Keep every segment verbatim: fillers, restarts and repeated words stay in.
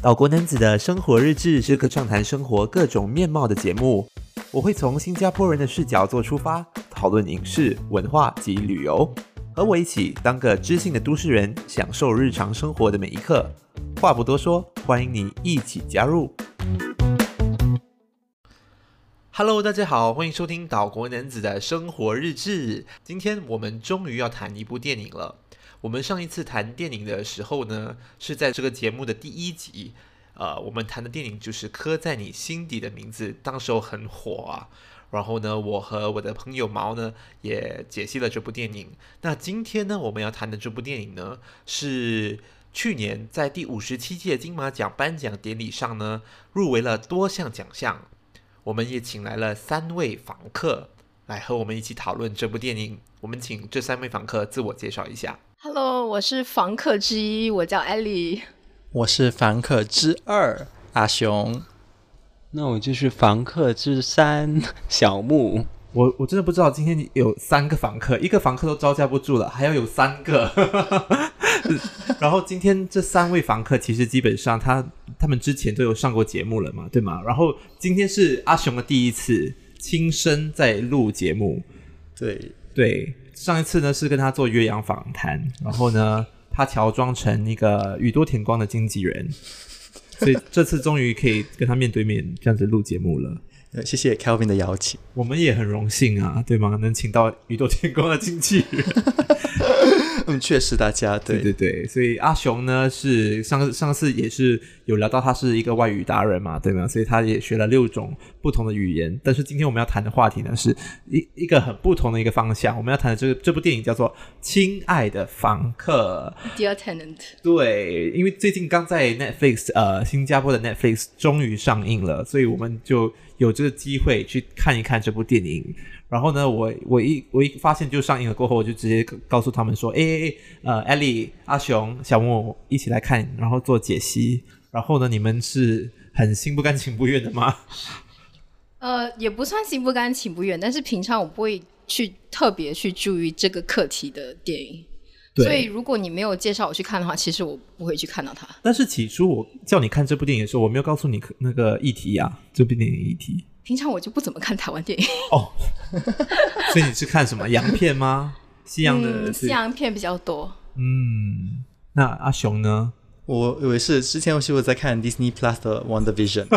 岛国男子的生活日志是个畅谈生活各种面貌的节目，我会从新加坡人的视角做出发，讨论影视、文化及旅游，和我一起当个知性的都市人，享受日常生活的每一刻。话不多说，欢迎你一起加入。Hello， 大家好，欢迎收听岛国男子的生活日志。今天我们终于要谈一部电影了。我们上一次谈电影的时候呢，是在这个节目的第一集。呃，我们谈的电影就是《刻在你心底的名字》，当时候很火啊。然后呢，我和我的朋友毛呢也解析了这部电影。那今天呢，我们要谈的这部电影呢，是去年在第五十七届金马奖颁奖典礼上呢，入围了多项奖项。我们也请来了三位访客来和我们一起讨论这部电影。我们请这三位访客自我介绍一下。 Hello， 我是访客之一，我叫 Ellie。 我是访客之二，阿雄。 那我就是访客之三，小木。 我我真的不知道今天有三个访客，一个访客都招架不住了，还要有三个。然后今天这三位访客其实基本上他他们之前都有上过节目了嘛，对吗？然后今天是阿雄的第一次亲身在录节目。 对对，上一次呢是跟他做岳阳访谈，然后呢他乔装成那个宇多田光的经纪人，所以这次终于可以跟他面对面这样子录节目了。 谢谢 Kelvin 的邀请， 我们也很荣幸啊，对吗？能请到宇多田光的经纪人。 嗯，确实大家 对, 对对对，所以阿雄呢是上上次也是有聊到他是一个外语达人嘛，对吗？所以他也学了六种不同的语言。但是今天我们要谈的话题呢是一一个很不同的一个方向。我们要谈的这个这部电影叫做《亲爱的房客》 Dear Tenant。 对， 因为最近刚在 Netflix 呃新加坡的 Netflix 终于上映了，所以我们就有这个机会去看一看这部电影。然后呢，我我一我一发现就上映了过后，我就直接告诉他们说，哎哎呃 Ellie 阿雄小木一起来看，然后做解析。然后呢，你们是很心不甘情不愿的吗？ 呃，也不算心不甘情不愿，但是平常我不会去特别去注意这个课题的电影，所以如果你没有介绍我去看的话，其实我不会去看到它。 但是起初我叫你看这部电影的时候，我没有告诉你那个议题啊，这部电影议题。 平常我就不怎么看台湾电影哦，所以你是看什么洋片吗？西洋的、 嗯、西洋片比较多。 嗯，那阿雄呢？ 我以为是之前是我在看 Disney Plus 的 WandaVision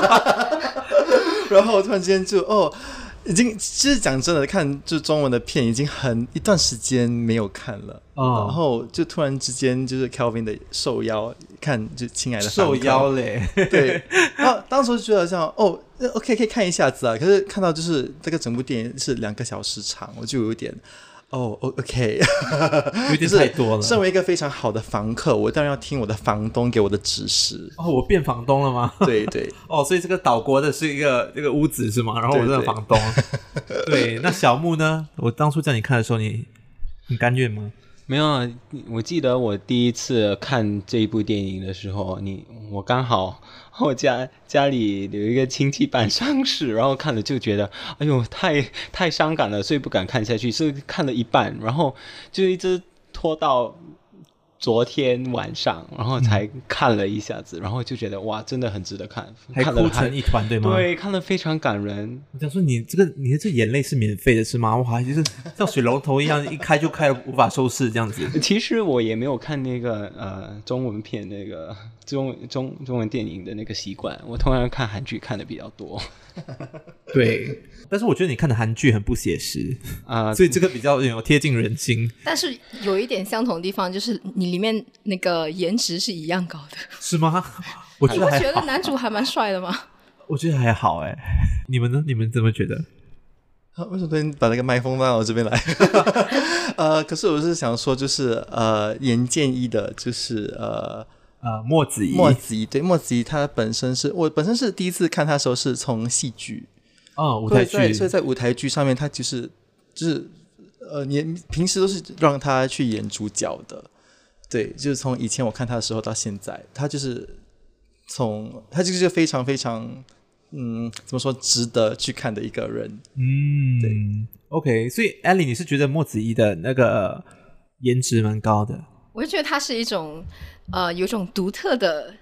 然后我突然之间就哦已经其实讲真的看就中文的片已经很一段时间没有看了、哦、然后就突然之间就是 Kelvin 的受邀看就亲爱的受邀嘞对，然后当时就觉得像哦 OK 可以看一下子啊，可是看到就是这个整部电影是两个小时长，我就有点哦、oh, OK 有点太多了。 身为一个非常好的房客，我当然要听我的房东给我的指示。 哦，我变房东了吗？ 对对哦，所以这个岛国的是一个这个屋子是吗？然后我是个房东。对, 对, 对，那小木呢？我当初叫你看的时候，你很甘愿吗？ 没有啊，我记得我第一次看这一部电影的时候，你我刚好我家家里有一个亲戚办丧事，然后看了就觉得哎呦太太伤感了，所以不敢看下去，所以看了一半，然后就一直拖到昨天晚上，然后才看了一下子、嗯、然后就觉得哇真的很值得看， 还哭成一团对吗？ 对，看了非常感人。 我想说你这个你的这眼泪是免费的是吗？哇，就是像水龙头一样一开就开了无法收拾这样子。 其实我也没有看那个呃中文片那个中中中文电影的那个习惯，我通常看韩剧看的比较多。 对，但是我觉得你看的韩剧很不写实啊、呃，所以这个比较有贴近人心。 但是有一点相同的地方，就是你里面那个颜值是一样高的。 是吗？我觉得还好。 你不觉得男主还蛮帅的吗？ 我觉得还好哎，你们呢？你们怎么觉得？ 啊、为什么把那个麦克风到我这边来？呃，可是我是想说，就是呃，严建一的，就是呃。 呃，莫子仪， 莫子仪，对，莫子仪，他本身是我本身是第一次看他的时候是从戏剧， 哦，舞台剧， 所以在所以在舞台剧上面，他就是就是呃，你平时都是让他去演主角的，对，就是从以前我看他的时候到现在，他就是从他就是非常非常嗯，怎么说值得去看的一个人， 嗯，对 ，OK， 所以 Ellie 你是觉得莫子仪的那个颜值蛮高的？ 我就觉得他是一种呃有一种独特的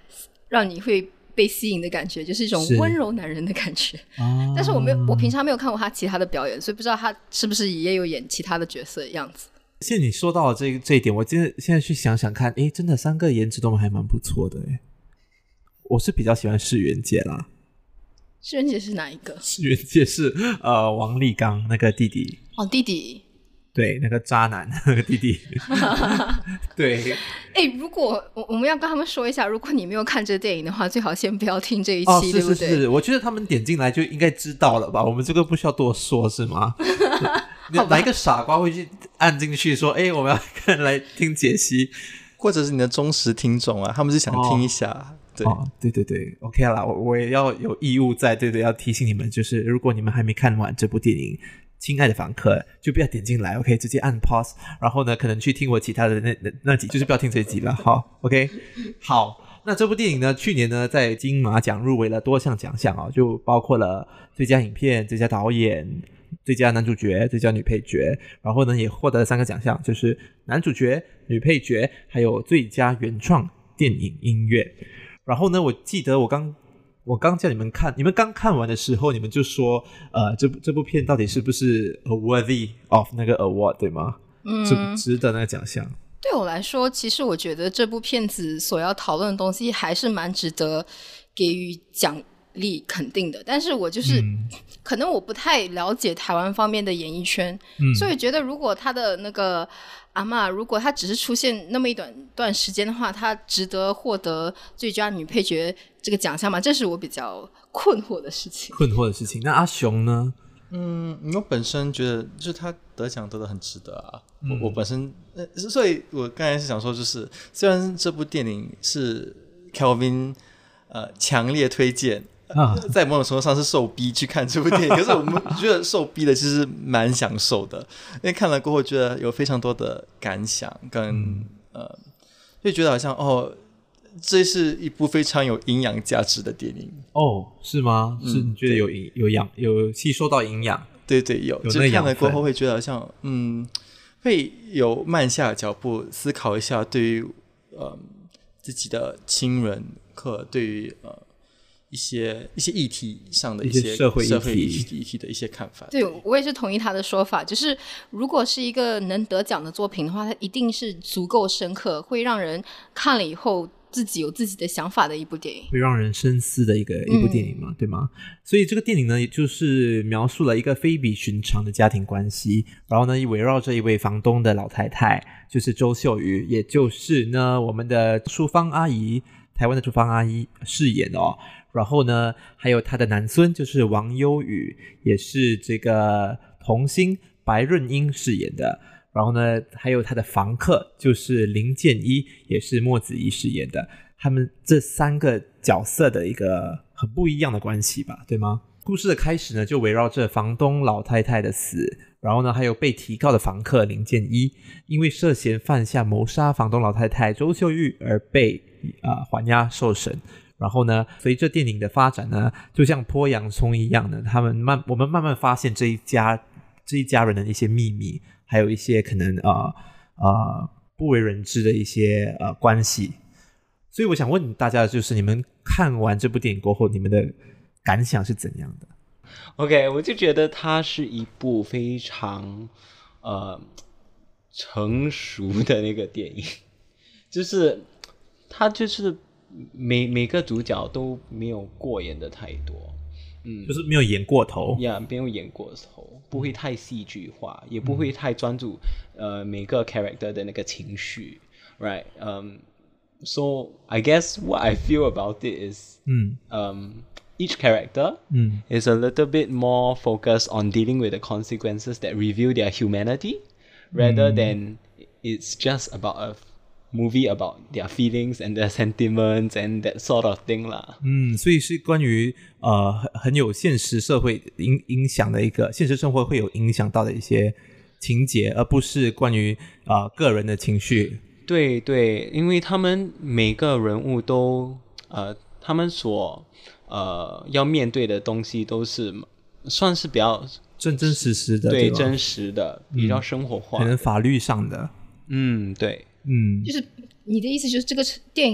让你会被吸引的感觉，就是一种温柔男人的感觉。 哦、 但是我没有，我平常没有看过他其他的表演，所以不知道他是不是也有演其他的角色的样子。 现在你说到了这这一点，我真的现在去想想看，诶，真的三个颜值都还蛮不错的诶。我是比较喜欢世元姐啦。 世元姐是哪一个？ 世元姐是呃王立刚那个弟弟。 哦，弟弟。 对，那个渣男那个弟弟。对。 哎、欸，如果我我们要跟他们说一下，如果你没有看这电影的话，最好先不要听这一期， 哦、是对不对？ 是是，我觉得他们点进来就应该知道了吧？我们这个不需要多说，是吗？哪一个傻瓜会去按进去说：“哎、欸，我们要看来听解析？” 或者是你的忠实听众啊，他们是想听一下。哦对、 哦、对对对 OK 啦，我我也要有义务在，对对，要提醒你们，就是如果你们还没看完这部电影，亲爱的房客，就不要点进来 OK， 直接按 pause， 然后呢可能去听我其他的那 那, 那集，就是不要听这一集了。好 OK 好，那这部电影呢去年呢在金马奖入围了多项奖项哦，就包括了最佳影片、最佳导演、最佳男主角、最佳女配角，然后呢也获得了三个奖项，就是男主角、女配角还有最佳原创电影音乐。然后呢我记得我刚我刚叫你们看，你们刚看完的时候你们就说呃这部这部片到底是不是 worthy of 那个 award 对吗？嗯，是不值得那个奖项。 对我来说其实我觉得这部片子所要讨论的东西还是蛮值得给予奖励肯定的，但是我就是、嗯、可能我不太了解台湾方面的演艺圈、嗯、所以觉得如果他的那个阿嬷如果他只是出现那么一短段时间的话，他值得获得最佳女配角这个奖项吗？这是我比较困惑的事情困惑的事情。那阿雄呢？ 嗯，我本身觉得就是他得奖得得很值得啊、嗯、我, 我本身、呃、所以我刚才是想说，就是虽然这部电影是 Kelvin 呃强烈推荐啊，在某种程度上是受逼去看这部电影，可是我们觉得受逼的其实蛮享受的，因为看了过后觉得有非常多的感想跟、嗯、呃，就觉得好像哦，这是一部非常有营养价值的电影。 哦，是吗？嗯、是你觉得有有养有吸收到营养？ 对对，有，有就看了过后会觉得好像嗯，会有慢下脚步思考一下对于呃自己的亲人和对于呃。一些一些议题上的一些社会议题, 社会议题的一些看法。 对，我也是同意他的说法，就是如果是一个能得奖的作品的话，它一定是足够深刻，会让人看了以后自己有自己的想法的一部电影， 会让人深思的一个一部电影嘛、嗯、对吗？所以这个电影呢也就是描述了一个非比寻常的家庭关系，然后呢围绕着一位房东的老太太，就是周秀瑜，也就是呢我们的淑芳阿姨，台湾的淑芳阿姨饰演哦。然后呢还有他的男孙就是王优宇，也是这个童星白润英饰演的，然后呢还有他的房客就是林建一，也是莫子仪饰演的，他们这三个角色的一个很不一样的关系吧，对吗？故事的开始呢就围绕着房东老太太的死，然后呢还有被提告的房客林建一，因为涉嫌犯下谋杀房东老太太周秀玉而被、呃、还押受审。然后呢随着电影的发展呢，就像剥洋葱一样的，他们慢我们慢慢发现这一家这一家人的一些秘密，还有一些可能呃呃不为人知的一些呃关系。所以我想问大家，就是你们看完这部电影过后，你们的感想是怎样的？ OK， 我就觉得它是一部非常呃成熟的那个电影，就是它就是每每个主角都没有过演的太多，嗯， 就是没有演过头， 呀、yeah, 没有演过头，不会太戏剧化，也不会太专注、嗯、呃每个 character 的那个情绪 ，right？ Um, so I guess what I feel about it is, 嗯 um, each character 嗯 is a little bit more focused on dealing with the consequences that reveal their humanity, rather、嗯、than it's just about a movie about their feelings and their sentiments and that sort of thing 啦。 嗯，所以是关于呃很有现实社会影影响的一个现实生活会有影响到的一些情节，而不是关于呃个人的情绪。 对对，因为他们每个人物都呃他们所呃要面对的东西都是算是比较真真实实的， 对， 对真实的，比较生活化、 嗯、可能法律上的。 嗯，对。 嗯， 就是你的意思就是这个电影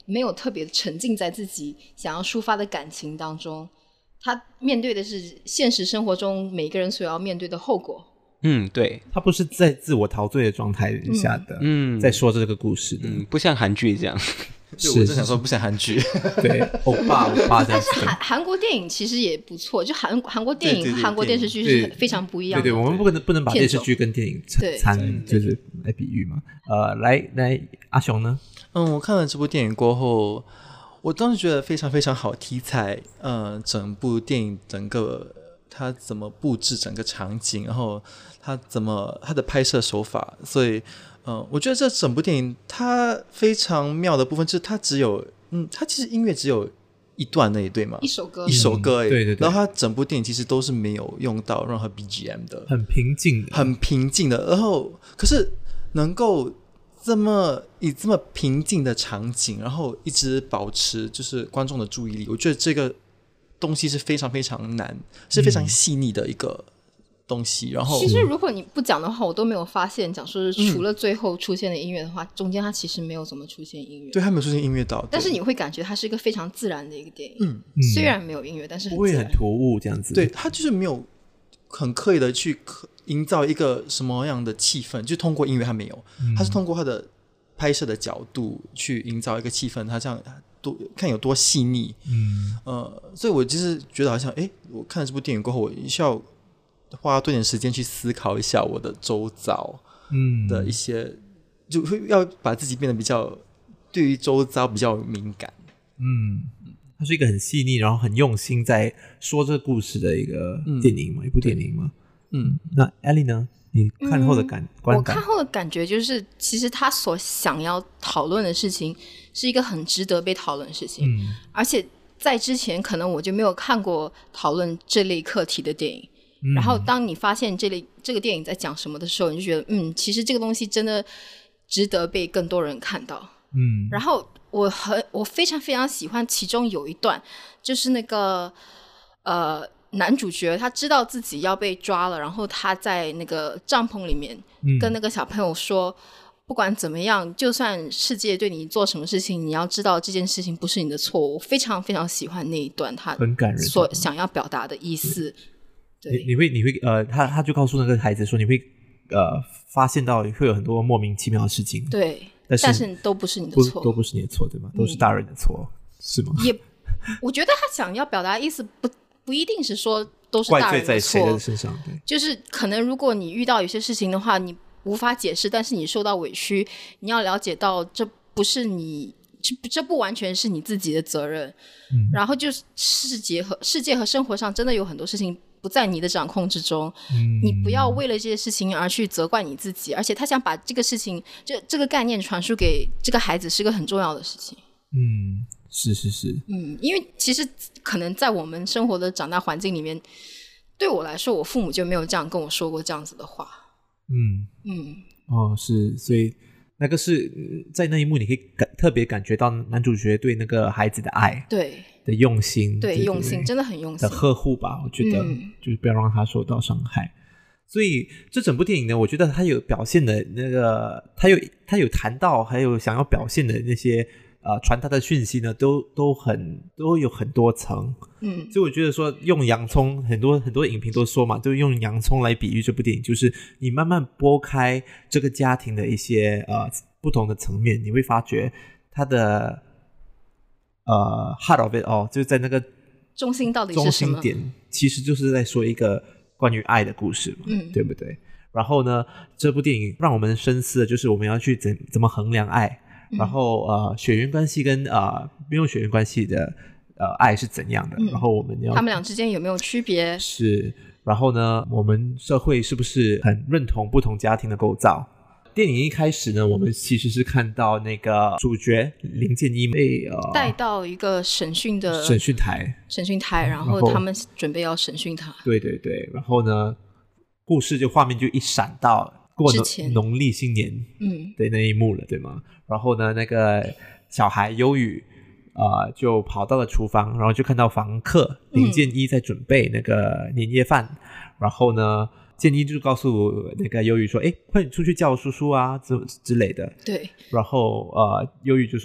没有特别沉浸在自己想要抒发的感情当中，他面对的是现实生活中每个人所要面对的后果。 嗯，对， 他不是在自我陶醉的状态下的，嗯，在说这个故事的， 嗯，不像韩剧这样。 是，我正想说不像韩剧， 对，欧巴欧巴这样子。 但是韩韩国电影其实也不错，就韩韩国电影和韩国电视剧是非常不一样的。 对 对, 对, 对，我们不能不能把电视剧跟电影掺就是来比喻嘛。呃，来来，阿雄呢？ 嗯，我看了这部电影过后，我当时觉得非常非常好题材。嗯，整部电影整个它怎么布置整个场景，然后它怎么它的拍摄手法，所以。嗯，我觉得这整部电影它非常妙的部分就是它只有，嗯，它其实音乐只有一段那一对嘛， 一首歌， 一首歌而已、 嗯，对对对。 然后它整部电影其实都是没有用到任何 B G M 的， 很平静的， 很平静的。然后，可是能够这么以这么平静的场景，然后一直保持就是观众的注意力，我觉得这个东西是非常非常难，是非常细腻的一个。嗯东西，然后其实如果你不讲的话，我都没有发现。讲说是除了最后出现的音乐的话，嗯、中间它其实没有怎么出现音乐。 对，它没有出现音乐到， 但是你会感觉它是一个非常自然的一个电影。嗯，虽然没有音乐，但是很不会很突兀这样子。 对，它就是没有很刻意的去营造一个什么样的气氛，就通过音乐它没有，它是通过它的拍摄的角度去营造一个气氛，它这样多看有多细腻。嗯，呃，所以我就是觉得好像，哎，我看了这部电影过后，我需要。花多点时间去思考一下我的周遭的一些、嗯、就会要把自己变得比较对于周遭比较敏感。 嗯，它是一个很细腻然后很用心在说这个故事的一个电影嘛、嗯、一部电影嘛。嗯，那 Ellie 呢，你看后的感、嗯、观感？ 我看后的感觉就是其实他所想要讨论的事情是一个很值得被讨论的事情、嗯、而且在之前可能我就没有看过讨论这类课题的电影，然后当你发现这类这个电影在讲什么的时候，你就觉得嗯，其实这个东西真的值得被更多人看到。嗯，然后我很我非常非常喜欢其中有一段，就是那个呃男主角他知道自己要被抓了，然后他在那个帐篷里面跟那个小朋友说、嗯、不管怎么样，就算世界对你做什么事情，你要知道这件事情不是你的错误。我非常非常喜欢那一段他所想要表达的意思。 你你会你会呃，他他就告诉那个孩子说，你会呃发现到会有很多莫名其妙的事情， 对， 但是但是都不是你的错， 都不是你的错，对吗？都是大人的错、嗯，是吗？ 也，我觉得他想要表达的意思不不一定是说都是大人的错，怪罪在谁的身上，对， 就是可能如果你遇到有些事情的话，你无法解释，但是你受到委屈，你要了解到这不是你。这, 这不完全是你自己的责任、嗯、然后就是世界和世界和生活上真的有很多事情不在你的掌控之中、嗯、你不要为了这些事情而去责怪你自己，而且他想把这个事情这这个概念传输给这个孩子是个很重要的事情。 嗯，是是是， 嗯，因为其实可能在我们生活的长大环境里面，对我来说我父母就没有这样跟我说过这样子的话。 嗯嗯，哦，是，所以那个是在那一幕你可以感特别感觉到男主角对那个孩子的爱， 对的用心， 对, 对, 对用心真的很用心的呵护吧，我觉得、嗯、就是不要让他受到伤害。所以这整部电影呢，我觉得他有表现的那个他有他有谈到还有想要表现的那些呃传达的讯息呢，都都很都有很多层。嗯，所以我觉得说用洋葱，很多很多影评都说嘛，就用洋葱来比喻这部电影，就是你慢慢拨开这个家庭的一些呃不同的层面，你会发觉它的呃 heart of it all 就是在那个中心到底是什么中心点，其实就是在说一个关于爱的故事嘛，嗯，对不对？然后呢，这部电影让我们深思的就是我们要去怎怎么衡量爱，嗯、然后呃血缘关系跟呃没有血缘关系的呃爱是怎样的、嗯、然后我们要他们俩之间有没有区别， 是，然后呢我们社会是不是很认同不同家庭的构造。电影一开始呢，我们其实是看到那个主角林建一被呃带到一个审讯的审讯台审讯台，然后他们准备要审讯他， 对对对，然后呢故事就画面就一闪到过农历新年的那一幕了、嗯、对吗？然后呢那个小孩忧郁呃，就跑到了厨房，然后就看到房客林建一在准备那个年夜饭、嗯、然后呢建一就告诉那个忧郁说，诶，快点出去叫我叔叔啊之之类的。 对， 然后呃忧郁就说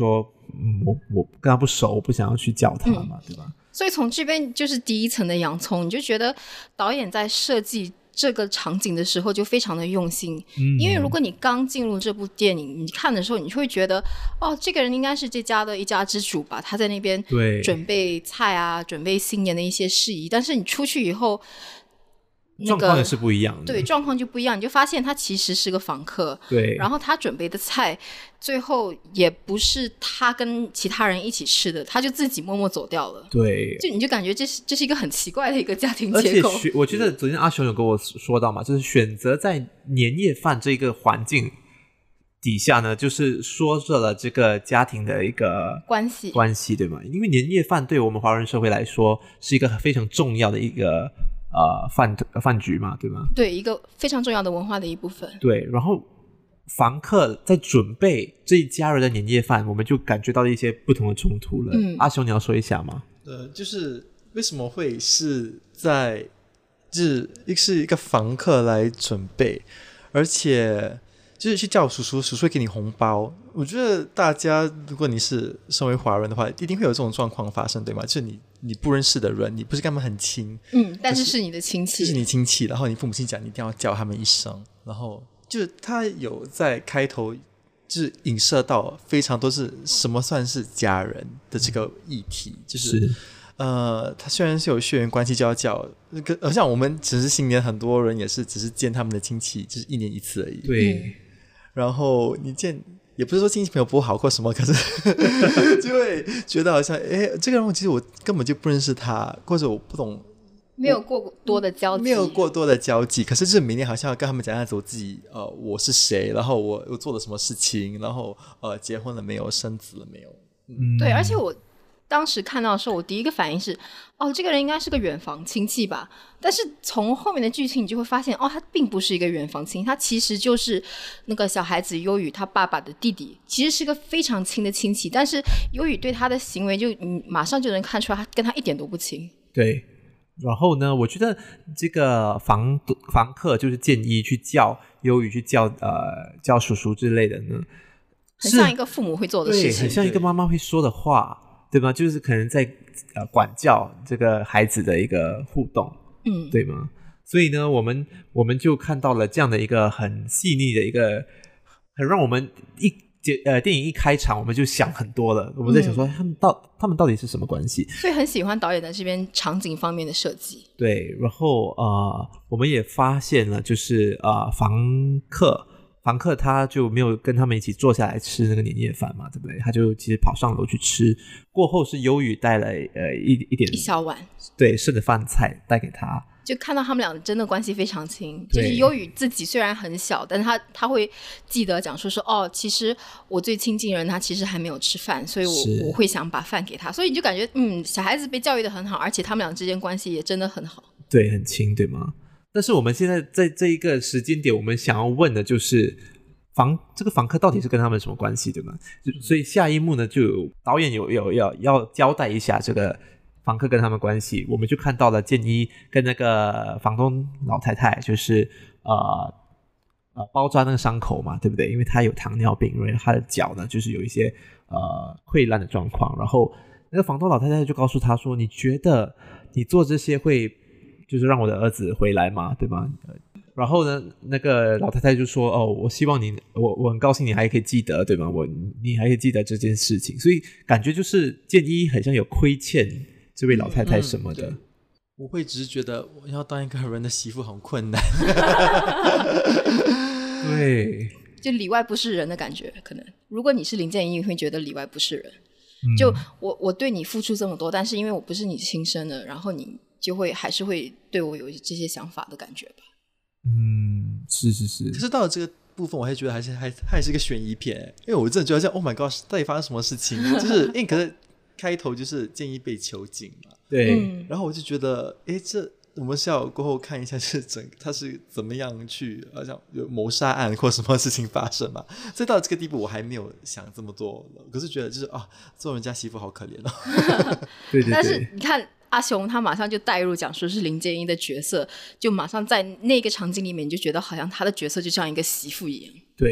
嗯、我我跟他不熟，我不想要去叫他嘛、嗯、对吧？ 所以从这边就是第一层的洋葱，你就觉得导演在设计这个场景的时候就非常的用心、嗯、因为如果你刚进入这部电影，你看的时候你会觉得哦，这个人应该是这家的一家之主吧，他在那边准备菜啊，准备新年的一些事宜，但是你出去以后状况也是不一样的， 对，状况就不一样，你就发现他其实是个访客， 对， 然后他准备的菜最后也不是他跟其他人一起吃的，他就自己默默走掉了， 对， 就你就感觉这是这是一个很奇怪的一个家庭结构。 而且我觉得昨天阿雄有跟我说到嘛，就是选择在年夜饭这个环境底下呢，就是说着了这个家庭的一个关系关系，对吗？因为年夜饭对我们华人社会来说是一个非常重要的一个呃饭饭局嘛，对吗？ 对，一个非常重要的文化的一部分。 对，然后房客在准备这一家人的年夜饭，我们就感觉到了一些不同的冲突了。嗯，阿雄你要说一下吗？ 呃，就是为什么会是在就是是一个房客来准备，而且就是去叫叔叔，叔叔会给你红包。我觉得大家如果你是身为华人的话，一定会有这种状况发生，对吗？就是你你不认识的人，你不是跟他们很亲， 嗯，但是是你的亲戚， 就是你亲戚，然后你父母亲讲你一定要叫他们一声，然后就是他有在开头就是影射到非常多是什么算是家人的这个议题，就是。是呃，他虽然是有血缘关系就要叫，而像我们只是新年，很多人也是只是见他们的亲戚，就是一年一次而已。 对， 嗯、然后你见也不是说亲戚朋友不好或什么，可是就会觉得好像，哎，这个人其实我根本就不认识他，或者我不懂， 没有过多的交集， 没有过多的交集。可是就是每年好像要跟他们讲样子，我自己呃我是谁，然后我我做了什么事情，然后呃结婚了没有，生子了没有。 嗯，对，而且我。当时看到的时候，我第一个反应是，哦，这个人应该是个远房亲戚吧。但是从后面的剧情，你就会发现，哦，他并不是一个远房亲戚，他其实就是那个小孩子优宇他爸爸的弟弟，其实是个非常亲的亲戚。但是优宇对他的行为就，你马上就能看出来，他跟他一点都不亲。 对，然后呢，我觉得这个房房客就是建议去叫优宇去叫呃叫叔叔之类的呢， 很像一个父母会做的事情， 对，很像一个妈妈会说的话。对吧？就是可能在呃管教这个孩子的一个互动，嗯，对吗？所以呢，我们我们就看到了这样的一个很细腻的一个，很让我们一呃电影一开场我们就想很多了。我们在想说，嗯、他们到他们到底是什么关系？ 所以很喜欢导演的这边场景方面的设计。 对，然后呃，我们也发现了，就是呃房客。房客他就没有跟他们一起坐下来吃那个年夜饭嘛，对不对？他就其实跑上楼去吃，过后是优宇带了呃一一点一小碗， 对，剩的饭菜带给他， 就看到他们俩真的关系非常亲。就是优宇自己虽然很小，但是他他会记得讲说说哦，其实我最亲近的人他其实还没有吃饭，所以我我会想把饭给他，所以你就感觉嗯，小孩子被教育得很好，而且他们俩之间关系也真的很好， 对，很亲，对吗？但是我们现在在这一个时间点，我们想要问的就是房这个房客到底是跟他们什么关系，对吗？所以下一幕呢，就有导演有有要要交代一下这个房客跟他们关系。我们就看到了建一跟那个房东老太太，就是呃呃包扎那个伤口嘛，对不对？因为他有糖尿病，因为他的脚呢就是有一些呃溃烂的状况。然后那个房东老太太就告诉他说：“你觉得你做这些会？”就是让我的儿子回来嘛，对吗？然后呢，那个老太太就说：“哦，我希望你，我我很高兴你还可以记得，对吗？我你还可以记得这件事情。”所以感觉就是建一很像有亏欠这位老太太什么的。嗯嗯、 我会只是觉得我要当一个人的媳妇很困难。 对， 就里外不是人的感觉。可能如果你是林建一，你会觉得里外不是人。嗯、就我我对你付出这么多，但是因为我不是你亲生的，然后你。就会还是会对我有这些想法的感觉吧。 嗯，是是是。 可是到了这个部分，我还觉得还是还还是一个悬疑片，因为我真的觉得像 Oh my God， 到底发生什么事情？就是因为可是开头就是建议被囚禁嘛， 对、 嗯。 然后我就觉得，哎，这我们是要过后看一下是整他是怎么样去好像有谋杀案或什么事情发生嘛。所以到了这个地步，我还没有想这么多，可是觉得就是啊，做人家媳妇好可怜哦。 对对对。 但是你看。阿雄他马上就带入讲说是林建一的角色，就马上在那个场景里面你就觉得好像他的角色就像一个媳妇一样。 对，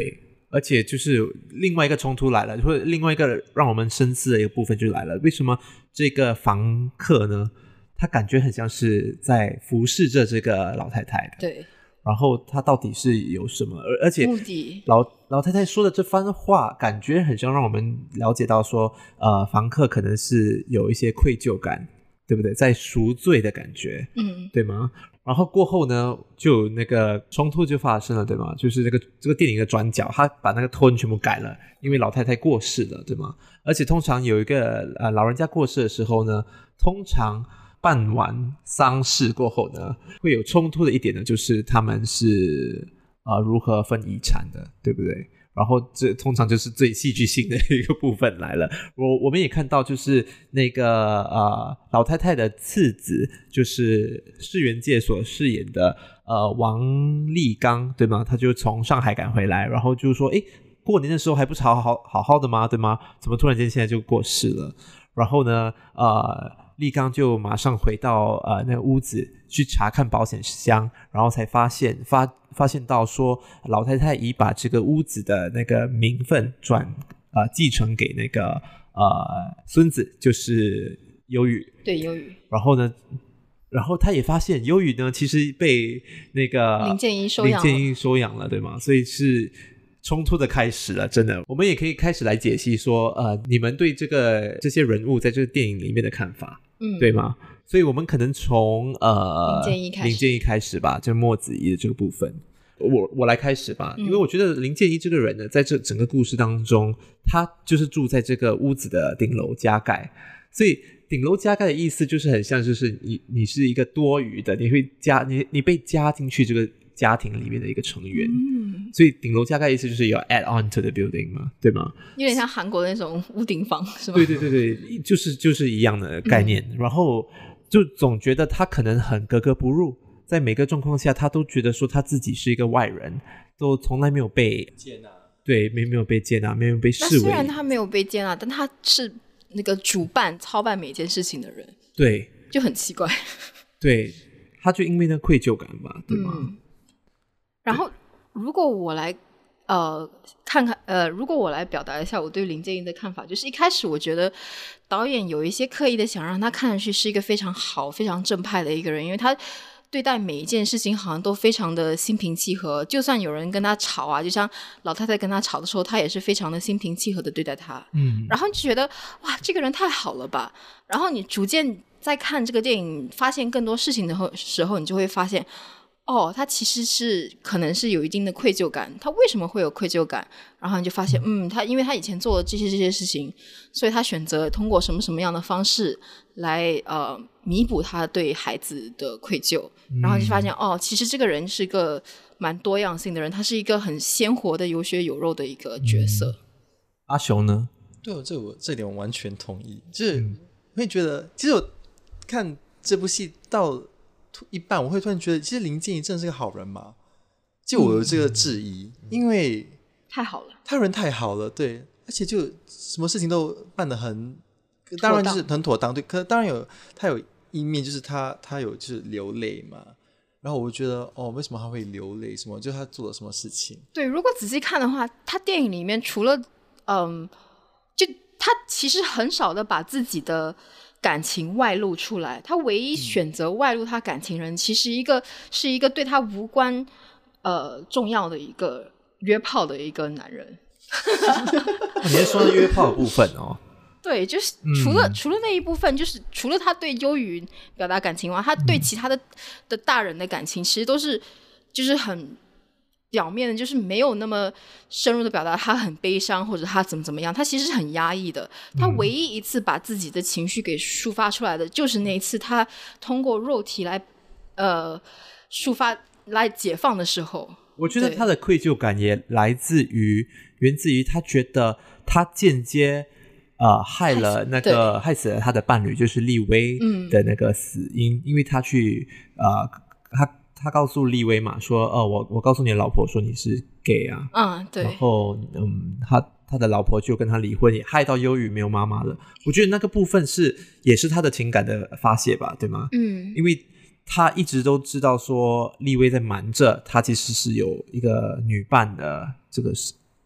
而且就是另外一个冲突来了，或者另外一个让我们深思的一个部分就来了，为什么这个房客呢他感觉很像是在服侍着这个老太太的， 对， 然后他到底是有什么，而而且目的老老太太说的这番话感觉很像让我们了解到说呃，房客可能是有一些愧疚感，对不对，在赎罪的感觉， 嗯， 对吗？然后过后呢就那个冲突就发生了，对吗？就是这个这个电影的转角，他把那个 tone 全部改了，因为老太太过世了，对吗？而且通常有一个呃老人家过世的时候呢，通常办完丧事过后呢，会有冲突的一点呢，就是他们是呃如何分遗产的，对不对？然后这通常就是最戏剧性的一个部分来了。我我们也看到，就是那个呃老太太的次子，就是世元界所饰演的呃王立刚，对吗？他就从上海赶回来，然后就说，诶，过年的时候还不是好好好好的吗？对吗？怎么突然间现在就过世了？然后呢，呃。立刚就马上回到呃那个屋子去查看保险箱，然后才发现发发现到说老太太已把这个屋子的那个名分转呃继承给那个呃孙子，就是忧郁。 对，忧郁。 然后呢，然后他也发现忧郁呢其实被那个林建一收养了， 林建一收养了，对吗？所以是冲突的开始了，真的。我们也可以开始来解析说呃你们对这个这些人物在这个电影里面的看法。嗯，对吗？所以我们可能从呃林建一开始， 林建一开始吧，就莫子仪的这个部分，我我来开始吧， 嗯、 因为我觉得林建一这个人呢，在这整个故事当中，他就是住在这个屋子的顶楼加盖，所以顶楼加盖的意思就是很像，就是你你是一个多余的，你会加你你被加进去这个家庭里面的一个成员，嗯，所以顶楼加盖的意思就是有 add on to the building 嘛，对吗？ 有点像韩国的那种屋顶房，是吗？ 对对对对，就是就是一样的概念。嗯、然后就总觉得他可能很格格不入，在每个状况下，他都觉得说他自己是一个外人，都从来没有被接纳， 对，没没有被接纳，没有被视为。 那虽然他没有被接纳，但他是那个主办操办每件事情的人， 对， 就很奇怪。 对，他就因为那愧疚感吧，对吗？嗯然后，如果我来呃看看呃，如果我来表达一下我对林建一的看法，就是一开始我觉得导演有一些刻意的想让他看上去是一个非常好、非常正派的一个人，因为他对待每一件事情好像都非常的心平气和，就算有人跟他吵啊，就像老太太跟他吵的时候，他也是非常的心平气和的对待他。嗯，然后你就觉得哇，这个人太好了吧。然后你逐渐在看这个电影，发现更多事情的时候，你就会发现。哦，他其实是可能是有一定的愧疚感，他为什么会有愧疚感？然后你就发现，嗯，他因为他以前做了这些这些事情，所以他选择通过什么什么样的方式来呃弥补他对孩子的愧疚，然后就发现，哦，其实这个人是个蛮多样性的人，他是一个很鲜活的有血有肉的一个角色。嗯、 阿雄呢？ 对，这我这点我完全同意，就是会觉得，其实我看这部戏到。一半我会突然觉得其实林建一真的是个好人吗？就我有这个质疑、嗯、因为太好了， 他人太好了，对，而且就什么事情都办得很当然就是很妥当，对，可当然有他有一面就是他他有就是流泪嘛，然后我觉得哦为什么他会流泪，什么就他做了什么事情。 对，如果仔细看的话，他电影里面除了嗯，就他其实很少的把自己的感情外露出来，他唯一选择外露他感情人、嗯、其实一个是一个对他无关呃重要的一个约炮的一个男人。 你是说约炮的部分哦？ 对，就是除了、嗯、除了那一部分，就是除了他对忧郁表达感情外，他对其他的、嗯、的大人的感情其实都是就是很表面的，就是没有那么深入的表达他很悲伤或者他怎么怎么样，他其实是很压抑的。他唯一一次把自己的情绪给抒发出来的、嗯、就是那一次他通过肉体来呃抒发来解放的时候。 我觉得他的愧疚感也来自于源自于他觉得他间接呃害了那个害死了他的伴侣，就是立威的那个死因、嗯、因为他去呃他他告诉立威嘛，说，哦，我我告诉你的老婆说你是 gay 啊， 嗯，对， 然后，嗯，他他的老婆就跟他离婚，也害到忧郁没有妈妈了。我觉得那个部分是也是他的情感的发泄吧，对吗？嗯，因为他一直都知道说立威在瞒着他其实是有一个女伴的这个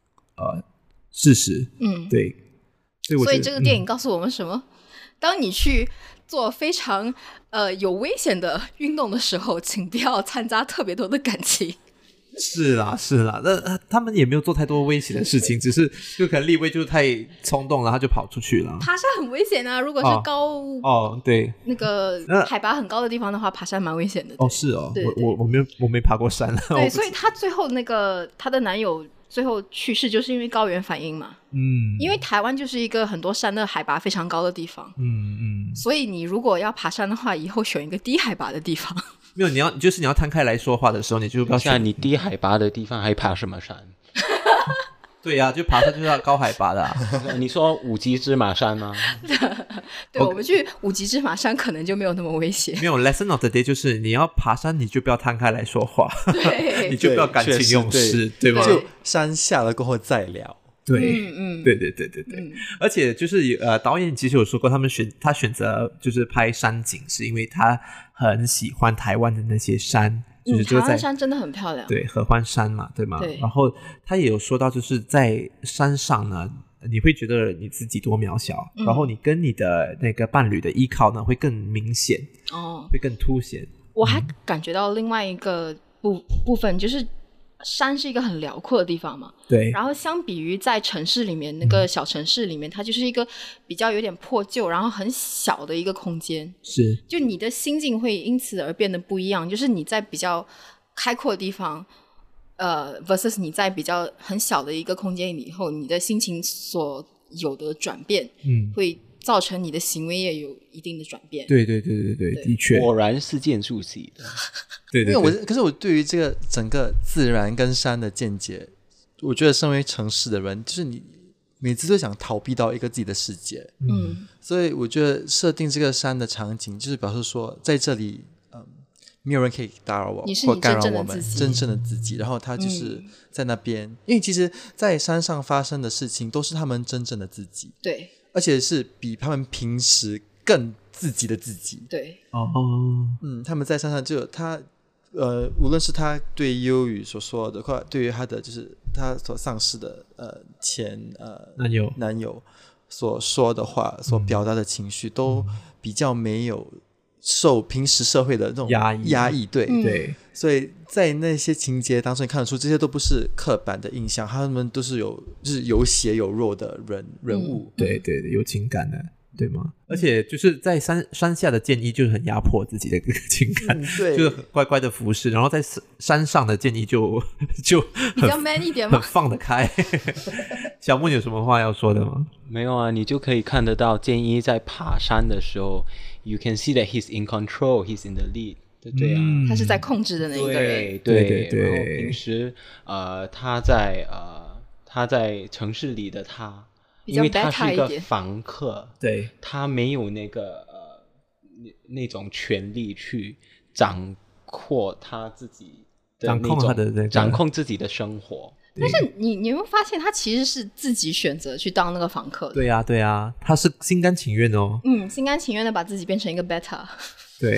呃事实。 嗯， 对，所以我觉得所以这个电影告诉我们什么？嗯、当你去做非常呃有危险的运动的时候，请不要掺杂特别多的感情。 是啦是啦，那、呃、他们也没有做太多危险的事情，只是就可能立威就是太冲动了，他就跑出去了。 爬山很危险啊，如果是高哦，哦对， 那个海拔很高的地方的话，爬山蛮危险的。 哦是哦， 对对对我我我没有我没爬过山。 对，所以他最后那个他的男友最后去世就是因为高原反应嘛。 嗯， 因为台湾就是一个很多山的海拔非常高的地方。 嗯嗯， 所以你如果要爬山的话，以后选一个低海拔的地方。 没有，你要就是你要摊开来说话的时候，你就不要选。 像你低海拔的地方还爬什么山？ 对呀、啊，就爬山就是要高海拔的、啊。 你说五级芝麻山吗？ 对，我们去五级芝麻山可能就没有那么危险。 没有 lesson of the day 就是你要爬山，你就不要摊开来说话， 对， 你就不要感情用事， 对, 对吗？ 就山下了过后再聊。 对， 嗯嗯， 对对对对对， 嗯、 而且就是呃，导演其实有说过，他们选他选择就是拍山景，是因为他很喜欢台湾的那些山，就是就在、 嗯、台湾山真的很漂亮， 对，合欢山嘛，对吗？ 对。 然后他也有说到，就是在山上呢，你会觉得你自己多渺小，嗯、然后你跟你的那个伴侣的依靠呢会更明显， 哦， 会更凸显。 我还感觉到另外一个部部分就是。山是一个很辽阔的地方嘛， 对。 然后相比于在城市里面那个小城市里面，嗯、它就是一个比较有点破旧，然后很小的一个空间。 是。 就你的心境会因此而变得不一样，就是你在比较开阔的地方，呃 ，versus 你在比较很小的一个空间以后，你的心情所有的转变， 嗯， 会造成你的行为也有一定的转变。 对对对对 对, 对，的确， 果然是建筑系的。 对对对， 因为我可是我对于这个整个自然跟山的见解，我觉得身为城市的人，就是你每次都想逃避到一个自己的世界， 嗯， 所以我觉得设定这个山的场景，就是表示说在这里，嗯，没有人可以打扰我或干扰我们真正的自己，然后他就是在那边，嗯、因为其实，在山上发生的事情都是他们真正的自己， 对， 而且是比他们平时更自己的自己， 对， 哦， 嗯，他们在山上就他。呃，无论是他对忧郁所说的，或对于他的就是他所丧失的呃前呃男友男友所说的话，所表达的情绪，嗯、都比较没有受平时社会的那种压抑压抑，对、 嗯、 对， 所以在那些情节当中，你看得出这些都不是刻板的印象，他们都是有就是有血有肉的人人物， 嗯、对对对，有情感的。对吗？而且就是在山山下的建议就是很压迫自己的情感， 嗯、对， 就乖乖的服侍，然后在山上的建议就就比较 man 一点嘛， 很放得开。小木有什么话要说的吗？ 没有啊，你就可以看得到建一在爬山的时候 ，you can see that he's in control, he's in the lead， 就这样、嗯， 他是在控制的那一个人， 对对对对。 然后平时呃他在呃他在城市里的他。因为他是一个房客， 对， 他没有那个呃那那种权利去掌控他自己的那种掌控他的那个掌控自己的生活。 但是你你有没有发现，他其实是自己选择去当那个房客的？ 对啊，对啊，他是心甘情愿哦。 嗯，心甘情愿的把自己变成一个 beta。 对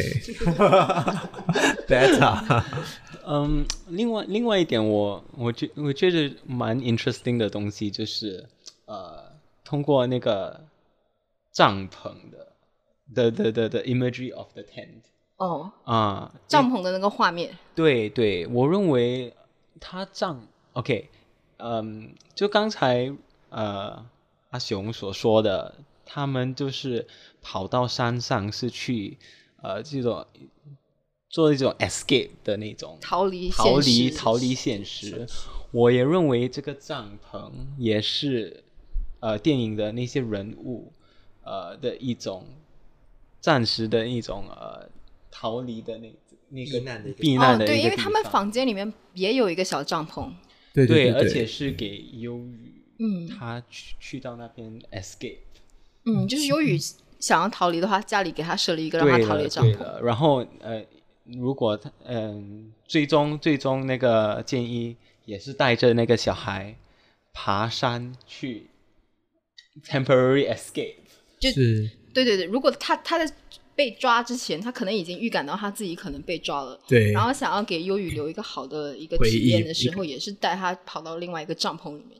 ，beta。 嗯，另外另外一点我，我我觉我觉得蛮 interesting 的东西就是呃。通过那个帐篷的的的的的 imagery of the tent 哦啊、呃， 帐篷的那个画面， 对对，我认为他帐 OK， 嗯，就刚才呃阿雄所说的，他们就是跑到山上是去呃这种做一种 escape 的那种逃离逃离逃离现实。我也认为这个帐篷也是。呃，电影的那些人物，呃的一种暂时的一种呃逃离的那那个避难的避难的一个地方、 哦、对，因为他们房间里面也有一个小帐篷， 对对对, 对, 对，而且是给忧郁， 嗯， 他去去到那边 escape， 嗯，就是忧郁想要逃离的话，家里给他设了一个让他逃离的帐篷， 然后呃，如果他嗯、呃，最终最终那个建议也是带着那个小孩爬山去。temporary escape 就是对对对，如果他他在被抓之前，他可能已经预感到他自己可能被抓了， 对， 然后想要给忧郁留一个好的一个体验的时候，也是带他跑到另外一个帐篷里面去。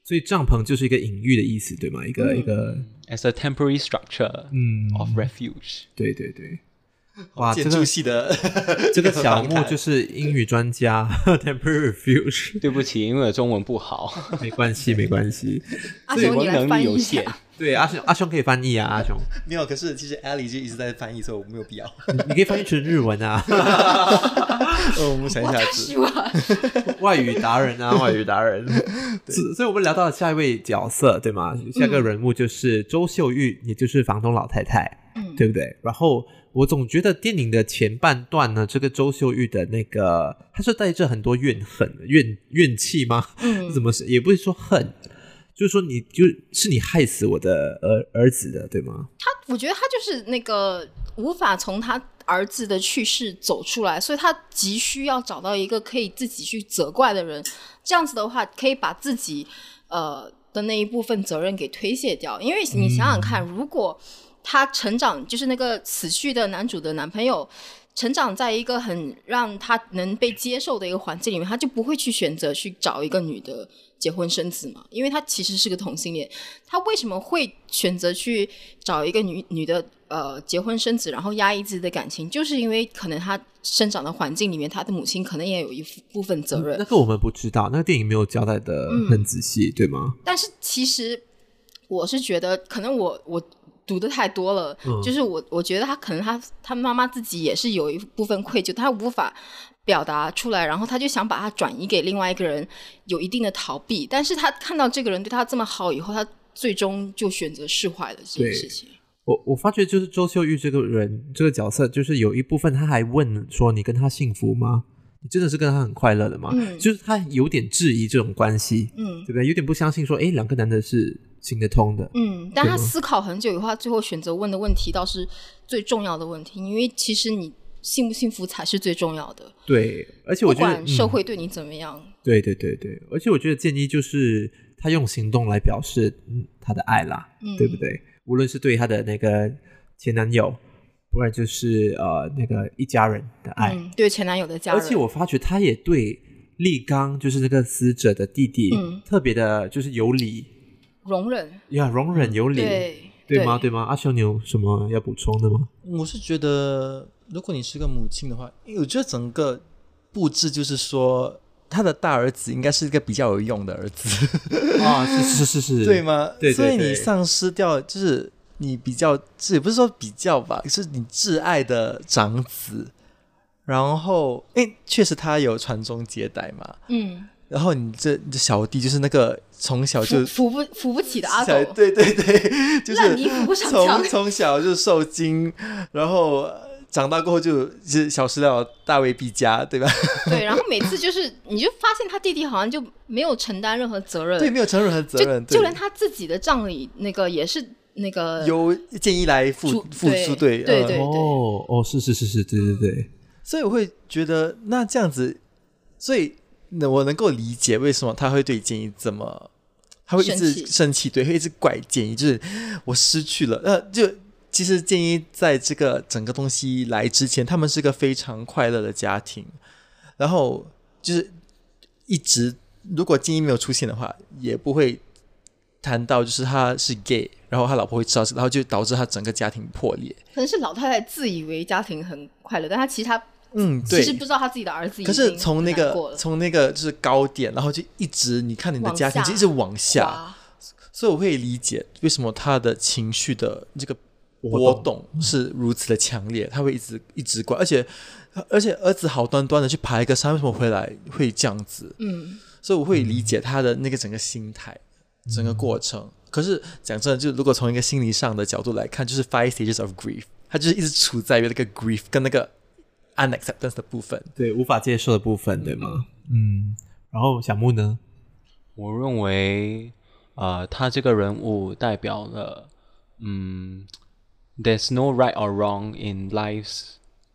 所以帐篷就是一个隐喻的意思，对吗？一个、嗯、一个 as a temporary structure 嗯 of refuge。 对对对，哇， 建筑系的这个小木就是英语专家temporary refuge。 对不起，因为我中文不好。 没关系，没关系。 阿雄，你来翻译一下。 对，阿雄，阿雄可以翻译啊，阿雄。 没有，可是其实 Ellie 就一直在翻译，所以我没有必要。 你, 你可以翻译成日文啊。 哦，我们想一下子。 外语达人啊，外语达人。所以我们聊到了下一位角色，对吗？下一个人物就是周秀玉，也就是房东老太太，嗯、对不对？然后我总觉得电影的前半段呢，这个周秀玉的那个，她是带着很多怨恨、怨怨气吗？嗯，怎么是也不是说恨。就是说你就是你害死我的儿儿子的，对吗？ 他我觉得他就是那个无法从他儿子的去世走出来，所以他急需要找到一个可以自己去责怪的人，这样子的话可以把自己呃的那一部分责任给推卸掉。因为你想想看、嗯、如果他成长就是那个死去的男主的男朋友成长在一个很让他能被接受的一个环境里面，他就不会去选择去找一个女的结婚生子嘛，因为他其实是个同性恋。他为什么会选择去找一个女女的呃结婚生子，然后压抑自己的感情，就是因为可能他生长的环境里面，他的母亲可能也有一部分责任、 嗯、那个我们不知道，那个电影没有交代的很仔细、嗯、对吗？ 但是其实我是觉得可能我我读的太多了、嗯、就是我我觉得他可能他他妈妈自己也是有一部分愧疚，他无法表达出来，然后他就想把它转移给另外一个人，有一定的逃避。但是他看到这个人对他这么好以后，他最终就选择释怀了这件事情。 我我发觉就是周秀玉这个人这个角色，就是有一部分他还问说你跟他幸福吗？你真的是跟他很快乐的吗？嗯、就是他有点质疑这种关系，嗯，对不对？有点不相信说诶两个男的是行得通的。 嗯，但他思考很久以后，他最后选择问的问题倒是最重要的问题，因为其实你幸不幸福才是最重要的。 对，而且我觉得不管社会对你怎么样、 嗯、对对对对，而且我觉得建议就是他用行动来表示、嗯、他的爱啦、嗯、对不对？无论是对他的那个前男友，不然就是呃那个一家人的爱、嗯、 对前男友的家人。 而且我发觉他也对立刚就是那个死者的弟弟、嗯、特别的就是有理容忍呀，容忍有理、嗯、对对吗？对吗？阿修，你有什么要补充的吗？ 我是觉得如果你是个母亲的话，我觉得整个布置就是说他的大儿子应该是一个比较有用的儿子啊，是是是是， 对吗？ 对对对， 所以你丧失掉就是你比较也不是说比较吧，是你挚爱的长子，然后诶确实他有传宗接代嘛，嗯，然后你这你这小弟就是那个从小就扶不扶不起的阿斗， 对对对，就是从从小就受惊，然后长大过后就就是小时了大未必佳，对吧？ 对，然后每次就是你就发现他弟弟好像就没有承担任何责任， 对，没有承担任何责任， 就, 就连他自己的葬礼那个也是那个由建议来付付出，对对对对， 哦哦，是是是是，对对对， 所以我会觉得那这样子，所以我能够理解为什么他会对建议这么，他会一直生气，对，会一直怪建议，就是我失去了，呃，就。其实建议在这个整个东西来之前，他们是个非常快乐的家庭，然后就是一直如果建议没有出现的话，也不会谈到就是他是 gay， 然后他老婆会知道，然后就导致他整个家庭破裂。 可能是老太太自以为家庭很快乐，但他其实他嗯对， 其实不知道他自己的儿子已经可是从那个从那个就是高点，然后就一直你看你的家庭就一直往下，所以我会理解为什么他的情绪的这个波动是如此的强烈，他会一直一直怪，而且而且儿子好端端的去爬一个山，为什么回来会这样子？嗯，所以我会理解他的那个整个心态、嗯、整个过程。可是讲真的，就如果从一个心理上的角度来看，就是 five stages of grief， 他就是一直处在于那个 grief 跟那个 unacceptance 的部分， 对，无法接受的部分，对吗？嗯，然后小木呢？ 我认为，呃，他这个人物代表了，嗯。There's no right or wrong in life's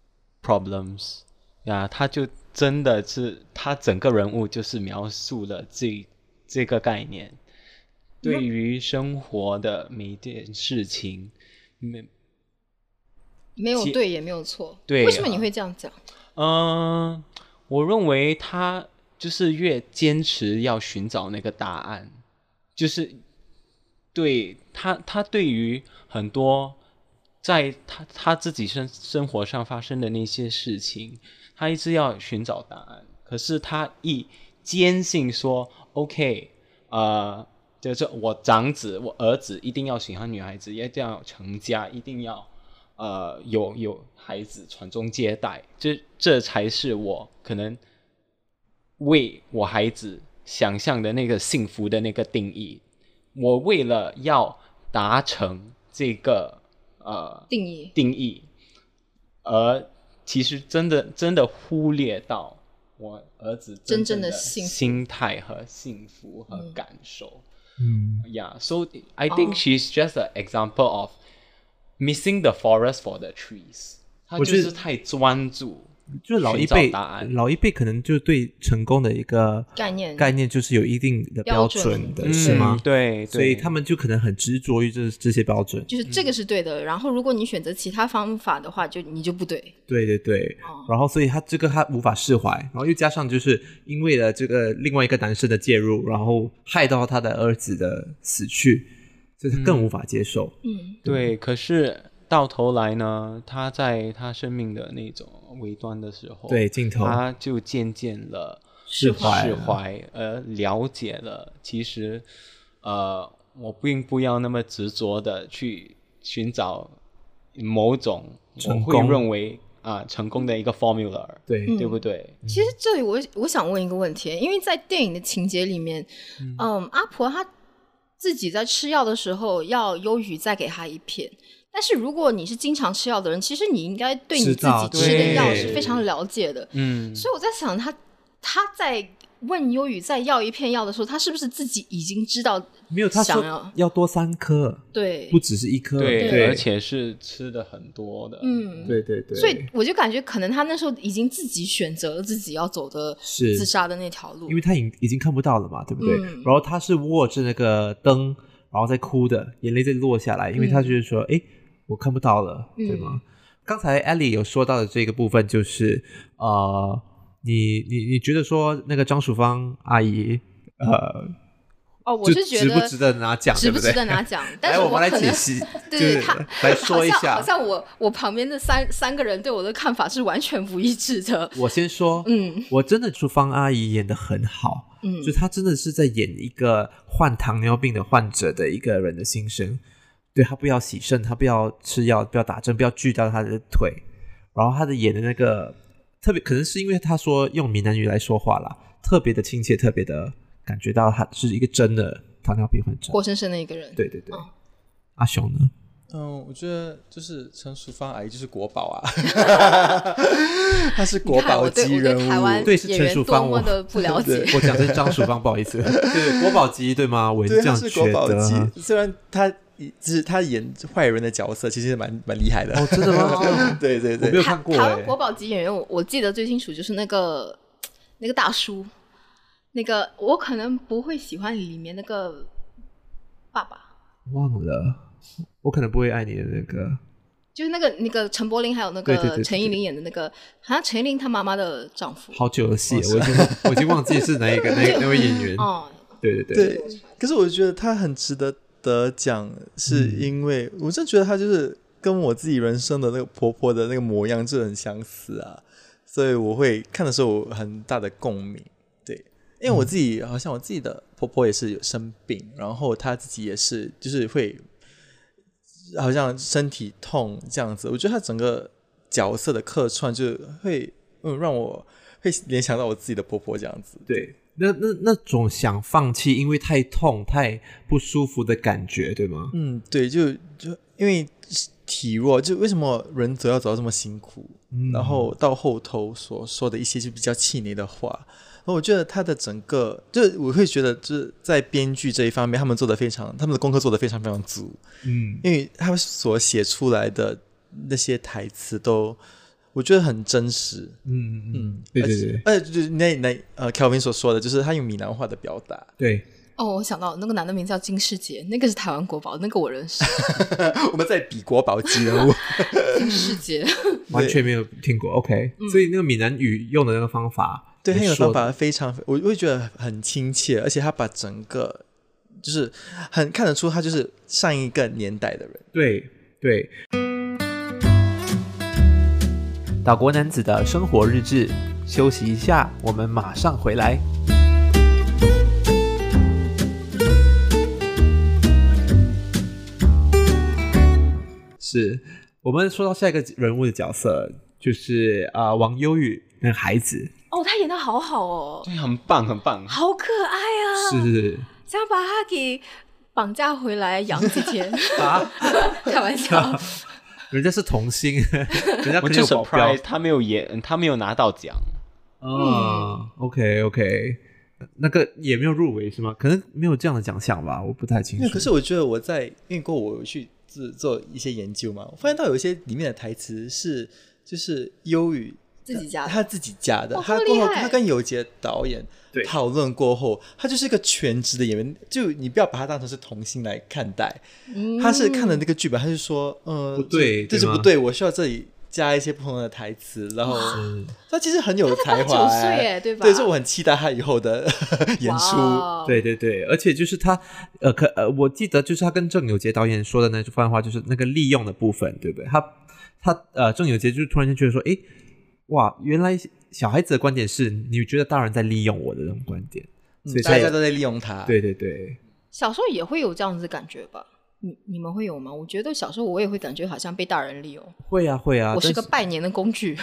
problems 呀、yeah, 他就真的是他整个人物就是描述了这这个概念，对于生活的每一件事情没没有对也没有错， 对、啊， 为什么你会这样讲？ 嗯、呃，我认为他就是越坚持要寻找那个答案， 就是对他他对于很多在他他自己生生活上发生的那些事情，他一直要寻找答案，可是他一坚信说 OK 呃就是我长子我儿子一定要喜欢女孩子，一定要成家，一定要呃有有孩子传宗接代，这这才是我可能为我孩子想象的那个幸福的那个定义。我为了要达成这个呃定义定义，而其实真的真的忽略到我儿子真正的心态和幸福和感受。 嗯 Yeah, so I think、oh. she's just an example of missing the forest for the trees. 她就是太专注。 就是老一辈，老一辈可能就对成功的一个概念概念就是有一定的标准的，是吗？ 嗯、对， 所以他们就可能很执着于这这些标准， 就是这个是对的。嗯、然后如果你选择其他方法的话，就你就不对。 对对对，哦、然后所以他这个他无法释怀，然后又加上就是因为了这个另外一个男生的介入，然后害到他的儿子的死去，所以他更无法接受。 嗯， 对，对可是。到头来呢，他在他生命的那种尾端的时候， 对镜头， 他就渐渐了释怀， 释怀，而了解了，其实，呃，我并不要那么执着的去寻找某种我会认为啊、呃、成功的一个 formula， 对、嗯、对不对？ 其实这里我我想问一个问题，因为在电影的情节里面，嗯，嗯阿婆她自己在吃药的时候要忧郁再给她一片。但是如果你是经常吃药的人，其实你应该对你自己吃的药是非常了解的。嗯，所以我在想他他在问忧郁再要一片药的时候，他是不是自己已经知道没有他说要多三颗， 对， 不只是一颗， 对， 对而且是吃的很多的。 嗯， 对对对。 所以我就感觉可能他那时候已经自己选择了自己要走的自杀的那条路， 因为他已已经看不到了嘛，对不对？嗯、然后他是握着那个灯，然后在哭的，眼泪在落下来，因为他就是说，哎、嗯。我看不到了，对吗？嗯、刚才 Ellie 有说到的这个部分就是，呃，你你你觉得说那个张淑芳阿姨，呃， 哦，我是觉得值不值得拿奖， 值不值得拿奖？但是我们来解析， 对对，他来说一下， 好像我我旁边的三三个人对我的看法是完全不一致的。 我先说，嗯，我真的淑芳阿姨演得很好，嗯，就她真的是在演一个患糖尿病的患者的一个人的心声。对，他不要洗肾，他不要吃药，不要打针，不要锯掉他的腿，然后他的演的那个特别，可能是因为他说用闽南语来说话啦，特别的亲切，特别的感觉到他是一个真的糖尿病患者， 活生生的一个人。 对对对。 哦、 阿雄呢？ 嗯，我觉得就是陈淑芳阿姨就是国宝啊，她是国宝级人物。 我对台湾对是陈淑芳， 我多么的不了解。 我讲的是张淑芳，不好意思。对，国宝级对吗？我也这样觉得。 对，她是国宝级，虽然她就是他演坏人的角色，其实蛮蛮厉害的。 哦，真的吗？ 对对对， 我没有看过。 台湾国宝级演员，我我记得最清楚就是那个那个大叔，那个我可能不会喜欢里面那个爸爸， 忘了，我可能不会爱你的那个， 就是那个那个陈柏霖还有那个陈意琳演的那个，好像陈意琳她妈妈的丈夫。 好久的戏，我已经我已经忘记是哪一个那那位演员。 哦， 对对对对。可是我觉得他很值得得奖，是因为我真的觉得他就是跟我自己人生的那个婆婆的那个模样就很相似啊，所以我会看的时候有很大的共鸣。对，因为我自己好像我自己的婆婆也是有生病，然后她自己也是就是会好像身体痛这样子，我觉得她整个角色的客串就会嗯让我会联想到我自己的婆婆这样子。 对，那那那种想放弃因为太痛太不舒服的感觉，对吗？ 嗯，对，就就因为体弱，就为什么人走要走到这么辛苦、嗯、然后到后头所说的一些就比较气馁的话，然后我觉得他的整个就我会觉得就是在编剧这一方面他们做得非常，他们的功课做得非常非常足。嗯，因为他们所写出来的那些台词都我觉得很真实。 嗯嗯，对对对， 而且就是那那呃 Kelvin 所说的就是他用闽南话的表达。 对哦，我想到那个男的名字叫金世杰，那个是台湾国宝，那个我认识。 我们在比国宝级人物。 金世杰完全没有听过。 OK、嗯、所以那个闽南语用的那个方法， 对，那个方法非常我会觉得很亲切，而且他把整个就是很看得出他就是上一个年代的人。 对对。岛国男子的生活日志，休息一下，我们马上回来。是我们说到下一个人物的角色，就是呃王优宇那个孩子。 哦，他演得好好哦， 对，很棒很棒， 好可爱啊！ 是想把他给绑架回来养几天啊？开玩笑。 人家是童星，人家我就 surprise 他没有演，他没有拿到奖。 哦、嗯、，OK OK， 那个也没有入围是吗？可能没有这样的奖项吧，我不太清楚。 可是我觉得我在因为过我有去做一些研究嘛，我发现到有一些里面的台词是就是优宇自己加的， 他自己加的。 哦、 他过后他跟有杰导演讨论过后，他就是一个全职的演员，就你不要把他当成是童星来看待。嗯、他是看了那个剧本，他就说，呃， 不对， 这是不对，我需要这里加一些不同的台词，然后他其实很有才华、欸， 他才八九岁耶，对吧？ 对，所以我很期待他以后的演出。 对对对，而且就是他，呃，可呃，我记得就是他跟郑有杰导演说的那番话，就是那个利用的部分，对不对？他他呃，郑有杰就突然间觉得说，哎，哇，原来小孩子的观点是你觉得大人在利用我的那种观点，所以、嗯、 大家都在利用他。 对对对， 小时候也会有这样子的感觉吧？你你们会有吗？我觉得小时候我也会感觉好像被大人利用。 会啊会啊， 我是个拜年的工具。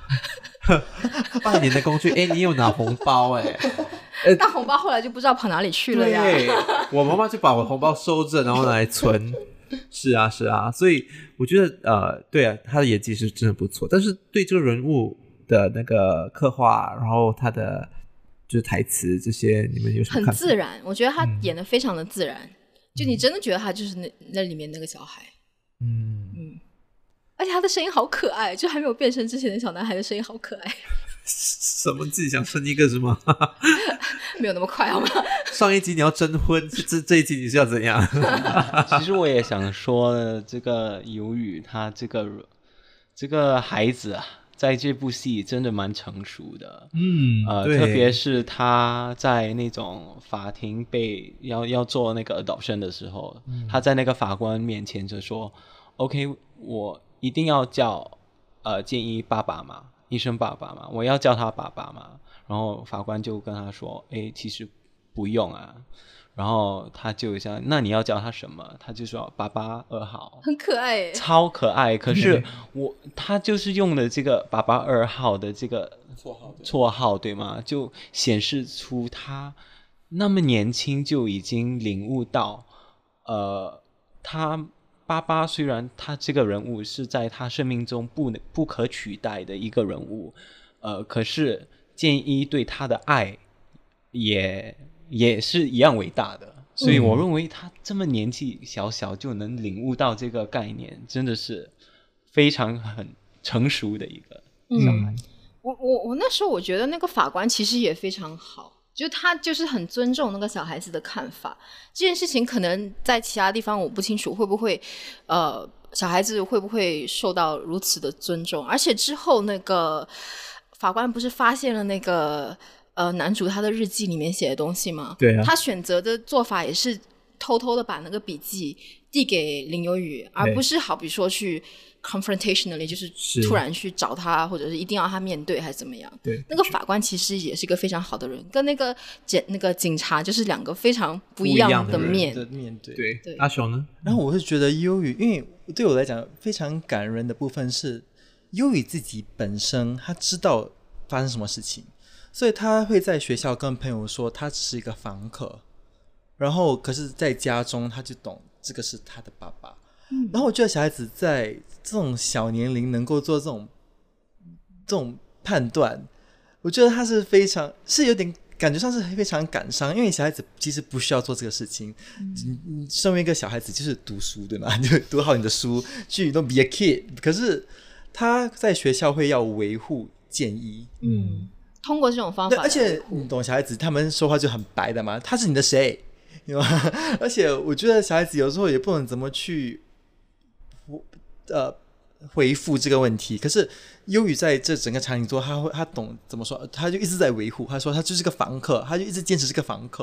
拜年的工具，哎，你有拿红包哎、欸， 那红包后来就不知道跑哪里去了呀。 对，我妈妈就把我红包收着，然后拿来存。是啊是啊，所以我觉得呃，对啊，他的演技是真的不错，但是对这个人物的那个刻画，然后他的就是台词这些，你们有什么看法？ 很自然，我觉得他演得非常的自然。嗯，就你真的觉得他就是那那里面那个小孩，嗯嗯，而且他的声音好可爱，就还没有变身之前的小男孩的声音好可爱。 什么自己想生一个是吗？ 没有那么快好吗？ 上一集你要征婚，这这一集你是要怎样？ 其实我也想说，这个尤宇他这个这个孩子啊，在这部戏真的蛮成熟的， 嗯， 呃，特别是他在那种法庭被要要做那个 adoption 的时候，嗯，他在那个法官面前就说 ，OK， 我一定要叫呃建议爸爸嘛，医生爸爸嘛，我要叫他爸爸嘛，然后法官就跟他说，哎，其实不用啊。然后他就想，那你要叫他什么？他就说爸爸二号， 很可爱耶， 超可爱。可是我他就是用了这个爸爸二号的这个绰号， 绰号对吗？就显示出他那么年轻就已经领悟到，呃，他爸爸虽然他这个人物是在他生命中不不可取代的一个人物，呃，可是建一对他的爱也。也是一样伟大的，所以我认为他这么年纪小小就能领悟到这个概念，真的是非常很成熟的一个小孩。 嗯、我我我那时候我觉得那个法官其实也非常好，就他就是很尊重那个小孩子的看法。这件事情可能在其他地方我不清楚会不会，呃，小孩子会不会受到如此的尊重？而且之后那个法官不是发现了那个。呃，男主他的日记里面写的东西嘛， 对啊， 他选择的做法也是偷偷的把那个笔记递给林有宇，而不是好比说去 confrontationally， 就是突然去找他，或者是一定要他面对还是怎么样。 对， 那个法官其实也是一个非常好的人，跟那个检那个警察就是两个非常不一样的面的面对。 对，对阿雄呢？ 然后我是觉得优宇，因为对我来讲非常感人的部分是优宇自己本身他知道发生什么事情。所以他会在学校跟朋友说他只是一个访客，然后可是在家中他就懂这个是他的爸爸、嗯、然后我觉得小孩子在这种小年龄能够做这种这种判断，我觉得他是非常是有点感觉上是非常感伤，因为小孩子其实不需要做这个事情、嗯、身为一个小孩子就是读书对吗？就读好你的书去 don't be a kid， 可是他在学校会要维护建一， 嗯，通过这种方法， 而且你懂小孩子他们说话就很白的嘛，他是你的谁，而且我觉得小孩子有时候也不能怎么去呃回复这个问题，可是优宇在这整个场景中他会他懂怎么说，他就一直在维护，他说他就是个房客，他就一直坚持是个房客，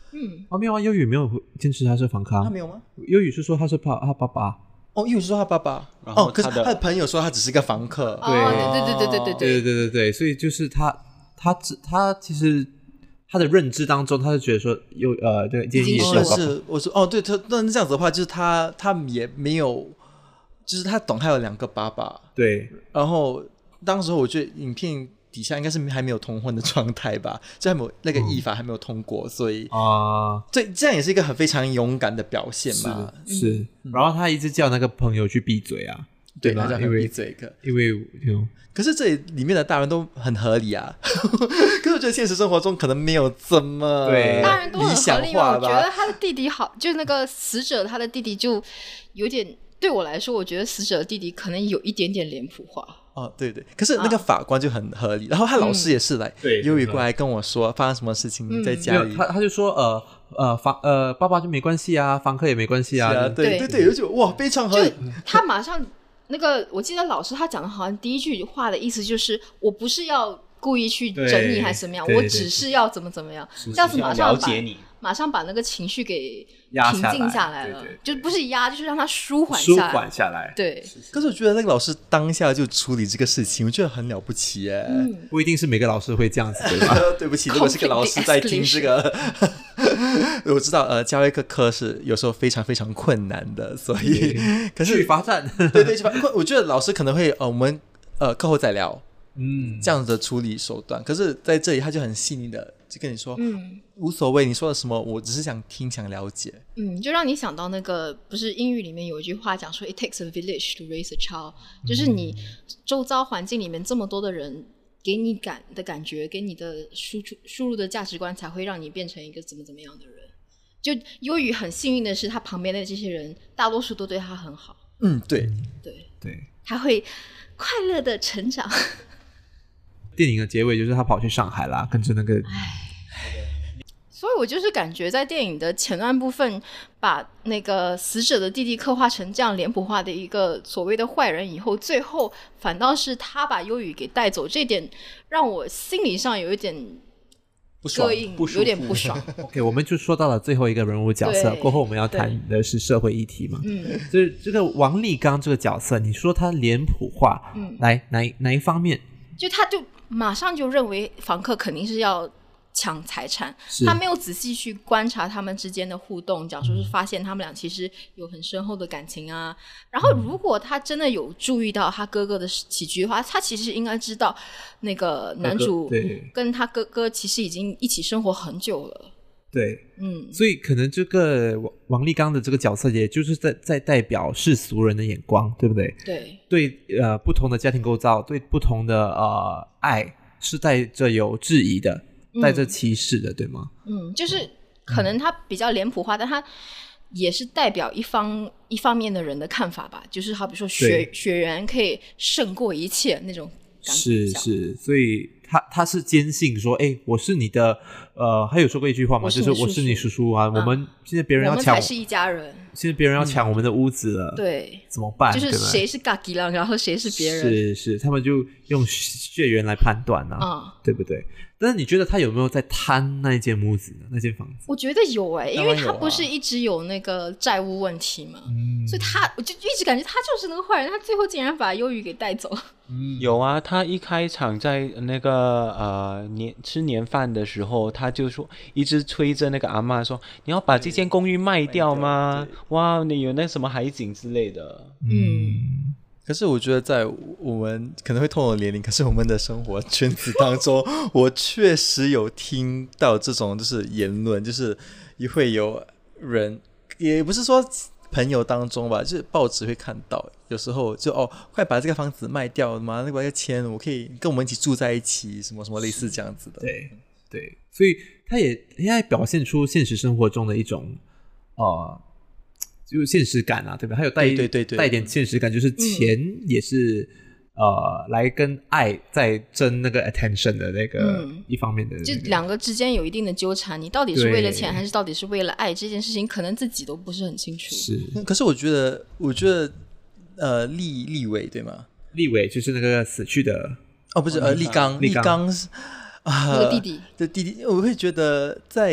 嗯， 哦没有啊，优宇没有坚持他是房客啊， 他没有吗？ 优宇是说他是爸他爸爸。 哦，因为是说他爸爸， 然后哦，可是他的他的朋友说他只是个房客， 哦，对对对对对对对对对对对，所以就是他他只他其实他的认知当中，他是觉得说有呃这个建议也是哦有爸爸是我说哦，对他那这样子的话，就是他他也没有，就是他懂他有两个爸爸， 对然后当时我觉得影片底下应该是还没有同婚的状态吧，就还没有那个议法还没有通过，所以啊， 这这样也是一个很非常勇敢的表现嘛。 是是，然后他一直叫那个朋友去闭嘴啊， 对， 吧？ 他叫他因为闭嘴个。 因为有可是这里面的大人都很合理啊，可是我觉得现实生活中可能没有这么对大人都很理想合理嘛。 化吧。 我觉得他的弟弟好，就是那个死者他的弟弟就有点，对我来说，我觉得死者的弟弟可能有一点点脸谱化。 哦，对对，可是那个法官就很合理，然后他老师也是来， 对优宇过来跟我说发生什么事情， 嗯在家里， 他他就说呃呃房呃爸爸就没关系啊，房客也没关系是啊， 啊， 对对对对，我就觉得哇，非常合就理， 他马上那个，我记得老师他讲的好像第一句话的意思就是，我不是要故意去整你对还是怎么样， 对对我只是要怎么怎么样，这样子马了上把解你， 马上把那个情绪给平压下来静下来了， 对对对就不是压，就是让他舒缓舒下来。 缓下来， 对， 可是我觉得那个老师当下就处理这个事情，我觉得很了不起耶。 嗯， 不一定是每个老师会这样子，对吧？ 对不起，如果是个老师在听这个，我知道呃，教一个课是有时候非常非常困难的，所以可是去罚站， 对对去罚，我觉得老师可能会呃，我们呃课后再聊嗯， 这样子的处理手段，可是在这里他就很细腻的就跟你说， 嗯无所谓，你说了什么，我只是想听，想了解。 嗯，就让你想到那个，不是英语里面有一句话讲说 ，It takes a village to raise a child，、嗯、就是你周遭环境里面这么多的人给你感的感觉，给你的输出输入的价值观，才会让你变成一个怎么怎么样的人。就优宇很幸运的是，他旁边的这些人大多数都对他很好。 嗯，对对对。 他会快乐的成长。 电影的结尾就是他跑去上海啦，跟着那个。 所以我就是感觉在电影的前段部分把那个死者的弟弟刻画成这样脸谱化的一个所谓的坏人以后，最后反倒是他把优宇给带走，这点让我心理上有一点膈应，有点不爽。 OK， 我们就说到了最后一个人物角色，过后我们要谈的是社会议题嘛。嗯，就是这个王立刚这个角色，你说他脸谱化，嗯，来哪哪一方面？ 就他就马上就认为房客肯定是要抢财产，他没有仔细去观察他们之间的互动，假如说是发现他们俩其实有很深厚的感情啊。然后如果他真的有注意到他哥哥的起居的话，他其实应该知道那个男主跟他哥哥其实已经一起生活很久了。 对， 嗯， 所以可能这个王立刚的这个角色，也就是在在代表世俗人的眼光，对不对？ 对， 对，呃，不同的家庭构造，对不同的呃爱，是带着有质疑的。带着歧视的，对吗？ 嗯，就是可能他比较脸谱化，但他也是代表一方一方面的人的看法吧。就是好比说血血缘可以胜过一切那种感觉。 是是，所以他他是坚信说，哎，我是你的，呃，他有说过一句话嘛，就是我是你叔叔啊，嗯、我们现在别人要抢， 我们才是一家人。 现在别人要抢我们的屋子了， 嗯、对， 怎么办？ 就是谁是嘎吉郎，然后谁是别人？ 是是，他们就用血缘来判断啊，嗯、对不对？但是你觉得他有没有在贪那一间屋子呢？那间房子？ 我觉得有哎、欸，因为他不是一直有那个债务问题嘛，嗯、所以他我就一直感觉他就是那个坏人，他最后竟然把优宇给带走。 嗯，有啊，他一开场在那个呃年吃年饭的时候，他就说一直催着那个阿嬷说：“你要把这间公寓卖掉吗？哇，你有那什么海景之类的。” 嗯。 可是我觉得在我们可能会透露年龄，可是我们的生活圈子当中我确实有听到这种就是言论，就是也会有人，也不是说朋友当中吧，就是报纸会看到，有时候就哦快把这个房子卖掉了嘛，那个钱我可以跟我们一起住在一起，什么什么类似这样子的。 对对，所以他也应该表现出现实生活中的一种呃就是现实感啊，对吧？还有带对对对对带一点现实感，就是钱也是、嗯、呃来跟爱在争那个 attention 的那个一方面的、那个嗯， 就两个之间有一定的纠缠。你到底是为了钱，还是到底是为了爱？这件事情可能自己都不是很清楚。 是， 可是我觉得，我觉得呃，立立伟对吗？ 立伟就是那个死去的哦，不是，呃，立刚，立刚是啊，那个弟弟的弟弟，我会觉得在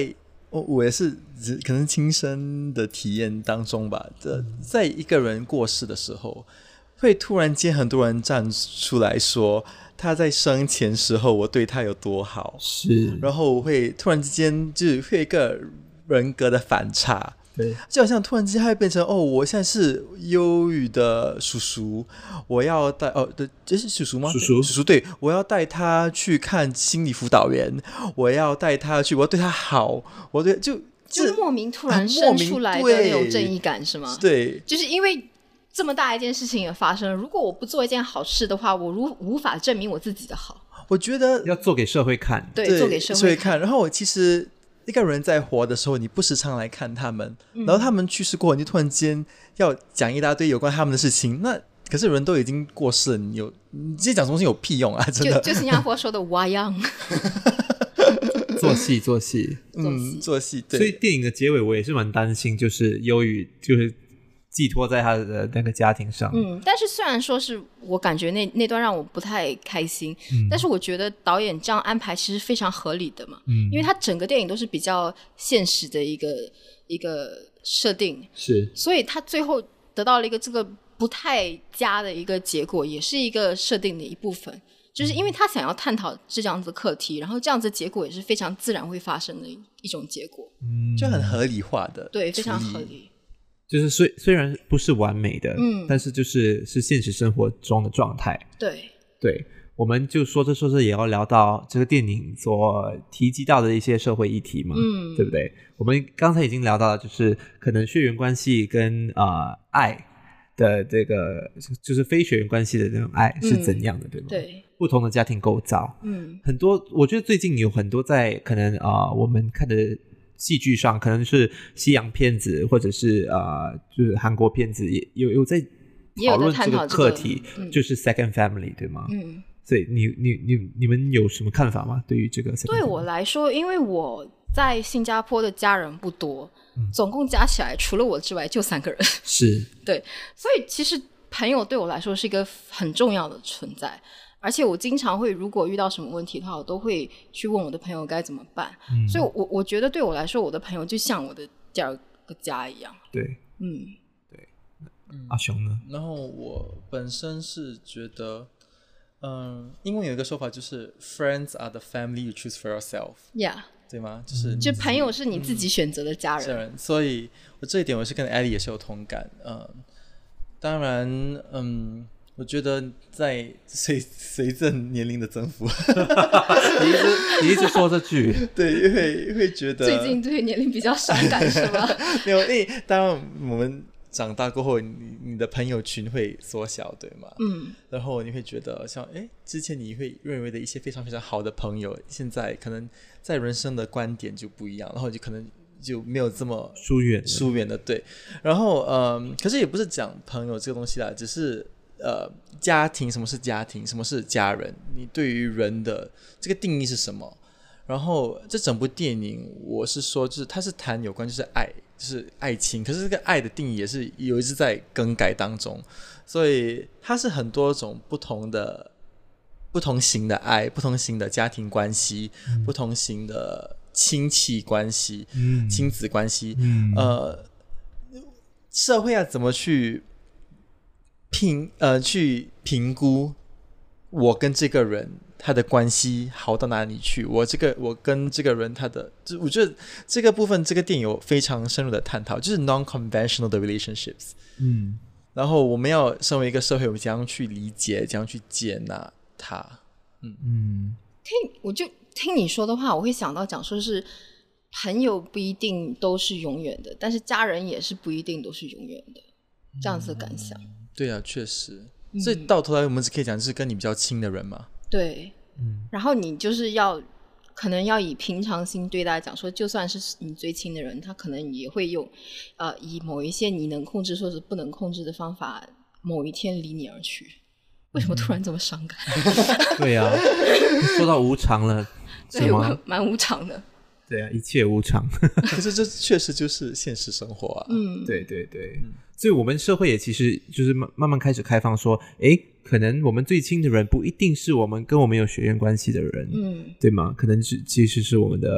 我我也是可能亲身的体验当中吧，这在一个人过世的时候，会突然间很多人站出来说他在生前时候我对他有多好， 是， 然后会突然之间就会有一个人格的反差， 对， 就好像突然之间他会变成哦，我现在是忧郁的叔叔，我要带哦，对，这是叔叔吗？ 叔叔， 叔叔，对，我要带他去看心理辅导员，我要带他去，我要对他好，我对就就莫名突然生出来的那种正义感是吗？ 对， 就是因为这么大一件事情也发生了，如果我不做一件好事的话，我如无法证明我自己的好。 我觉得要做给社会看， 对， 对做给社会看。 看然后其实一个人在活的时候，你不时常来看他们，嗯、然后他们去世过后，你突然间要讲一大堆有关他们的事情，那可是人都已经过世了，你有你这些讲东西有屁用啊？真的， 就就新加坡说的哇样。 做戏做戏， 嗯，做戏。对， 所以电影的结尾我也是蛮担心，就是忧郁，就是寄托在他的那个家庭上。 嗯，但是虽然说是我感觉那那段让我不太开心、嗯，但是我觉得导演这样安排其实非常合理的嘛。嗯，因为他整个电影都是比较现实的一个一个设定， 是， 所以他最后得到了一个这个不太佳的一个结果，也是一个设定的一部分。就是因为他想要探讨这样子的课题，然后这样子的结果也是非常自然会发生的一种结果， 嗯，就很合理化的， 对，非常合理。 就是虽虽然不是完美的，嗯，但是就是是现实生活中的状态。 对对，我们就说着说着也要聊到这个电影所提及到的一些社会议题嘛，嗯，对不对？我们刚才已经聊到了，就是可能血缘关系跟呃爱的这个就是非血缘关系的那种爱是怎样的，嗯、对吗？ 对， 不同的家庭构造，嗯，很多我觉得最近有很多在可能啊、呃、我们看的戏剧上，可能是西洋片子或者是呃就是韩国片子也有有在讨论这个课题，这个嗯、就是 second family 对吗？嗯，所以你你你你们有什么看法吗？对于这个 second family？ 对我来说，因为我在新加坡的家人不多，嗯、总共加起来除了我之外就三个人， 是， 对，所以其实朋友对我来说是一个很重要的存在。而且我经常会如果遇到什么问题的话，我都会去问我的朋友该怎么办、嗯、所以我我觉得对我来说，我的朋友就像我的第二个家一样。 对， 嗯， 对。阿雄呢？ 然后我本身是觉得嗯，英文有一个说法就是 Friends are the family you choose for yourself， Yeah， 对吗？就是就朋友是你自己选择的家人、 嗯、所以我这一点我是跟 Ellie 也是有同感。嗯，当然嗯我觉得在随随着年龄的增幅你一直你一直说这句对，会会觉得最近对年龄比较伤感是吗？ 没有，因为当然我们长大过后，你你的朋友群会缩小，对吗？嗯，然后你会觉得像哎，之前你会认为的一些非常非常好的朋友，现在可能在人生的观点就不一样，然后就可能就没有这么疏远疏远的，对。然后嗯，可是也不是讲朋友这个东西啦，只是呃，家庭，什么是家庭，什么是家人，你对于人的这个定义是什么？然后这整部电影我是说就是它是谈有关就是爱，就是爱情，可是这个爱的定义也是有一直在更改当中，所以它是很多种不同的不同型的爱，不同型的家庭关系、嗯、不同型的亲戚关系、嗯、亲子关系、嗯、呃，社会要怎么去评呃去评估我跟这个人他的关系好到哪里去，我这个我跟这个人他的，就我觉得这个部分这个电影有非常深入的探讨，就是 non-conventional 的 relationships。 嗯，然后我们要身为一个社会，我们怎样去理解，怎样去接纳它。嗯嗯， 听我就听你说的话，我会想到讲说是朋友不一定都是永远的，但是家人也是不一定都是永远的，这样子的感想。嗯， 对啊，确实。所以到头来我们只可以讲是跟你比较亲的人嘛。 对，嗯，然后你就是要可能要以平常心对待，讲说就算是你最亲的人，他可能也会用呃以某一些你能控制或是不能控制的方法，某一天离你而去。为什么突然这么伤感？ 嗯、对啊，说到无常了， 对，我蛮无常的。 对啊，一切无常。 可是这确实就是现实生活啊。 嗯， 对对对。嗯，所以我们社会也其实就是慢慢开始开放说，诶，可能我们最亲的人不一定是我们跟我们有血缘关系的人，嗯，对吗？可能是其实是我们的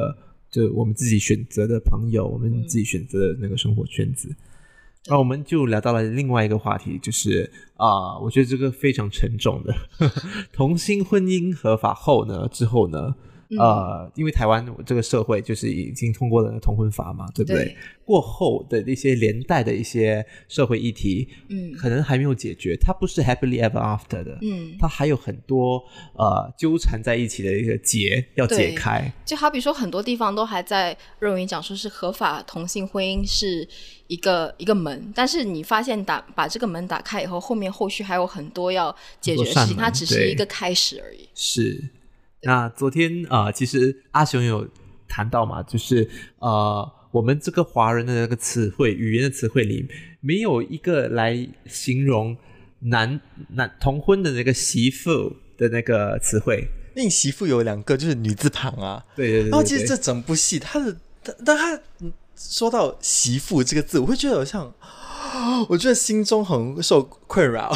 就我们自己选择的朋友，我们自己选择的那个生活圈子。那、嗯、我们就聊到了另外一个话题，就是啊、呃，我觉得这个非常沉重的同性婚姻合法后呢，之后呢，呃，因为台湾这个社会就是已经通过了同婚法嘛，对不对？对，过后的一些连带的一些社会议题，嗯，可能还没有解决，它不是 happily ever after 的，嗯，它还有很多呃纠缠在一起的一个结要解开。 就好比说，很多地方都还在认为讲说是合法同性婚姻是一个一个门，但是你发现打把这个门打开以后，后面后续还有很多要解决的事情，它只是一个开始而已。 是。那昨天呃，其实阿雄有谈到嘛，就是呃，我们这个华人的那个词汇，语言的词汇里，没有一个来形容男男同婚的那个媳妇的那个词汇。 因为媳妇有两个，就是女字旁啊。 对对 对, 对。 然后其实这整部戏，他的当他说到媳妇这个字，我会觉得好像，我觉得心中很受困扰。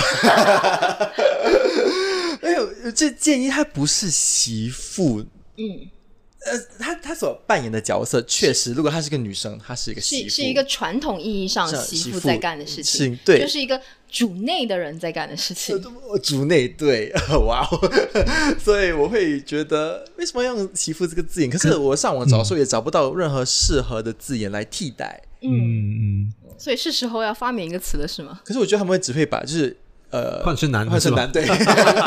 哎呦，这建议她不是媳妇，嗯，呃，她她所扮演的角色确实，如果她是个女生，她是一个媳妇， 是是一个传统意义上媳妇在干的事情， 对， 就是一个主内的人在干的事情。 呃、主内对，哇，所以我会觉得为什么要用媳妇这个字眼？可是我上网找的时候也找不到任何适合的字眼来替代。 嗯嗯，所以是时候要发明一个词了，是吗？ 可是我觉得他们会只会把就是。呃， 换成男， 换成男，对，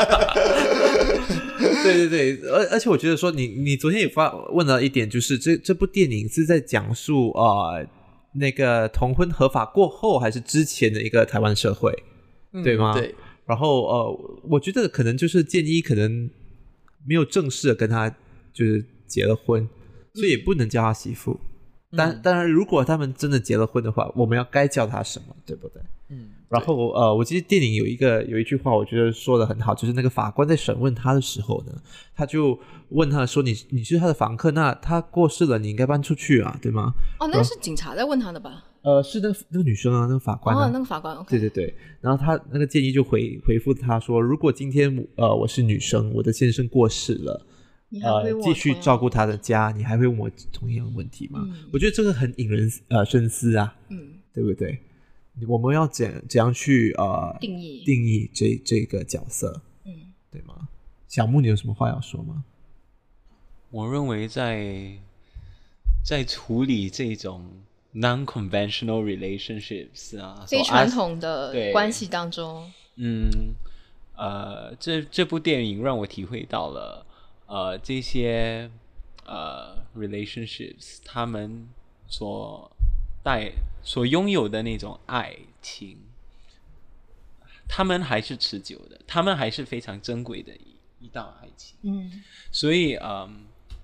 对对对，而而且我觉得说你，你你昨天也发问了一点，就是这这部电影是在讲述呃那个同婚合法过后还是之前的一个台湾社会，嗯、对吗？对。然后呃，我觉得可能就是建一可能没有正式的跟他就是结了婚，所以也不能叫他媳妇。嗯、但当然，如果他们真的结了婚的话，我们要该叫他什么，对不对？嗯。然后呃，我记得电影有一个有一句话，我觉得说的很好，就是那个法官在审问他的时候呢，他就问他说：“你你是他的房客，那他过世了，你应该搬出去啊，对吗？” 哦，那个是警察在问他的吧？ 呃，是那个那个女生啊，那个法官啊， 哦，那个法官， okay、 对对对。然后他那个建议就回回复他说：“如果今天呃我是女生，我的先生过世了。”呃，继续照顾他的家，你还会问我同样的问题吗？嗯、我觉得这个很引人呃深思啊，嗯，对不对？我们要怎怎样去呃定义定义这这个角色，嗯，对吗？小木，你有什么话要说吗？ 我认为在在处理这种 non-conventional relationships 啊， 非传统的关系当中， 嗯，呃，这这部电影让我体会到了。呃，这些呃 relationships， 他们所带所拥有的那种爱情，他们还是持久的，他们还是非常珍贵的一一道爱情。嗯，所以嗯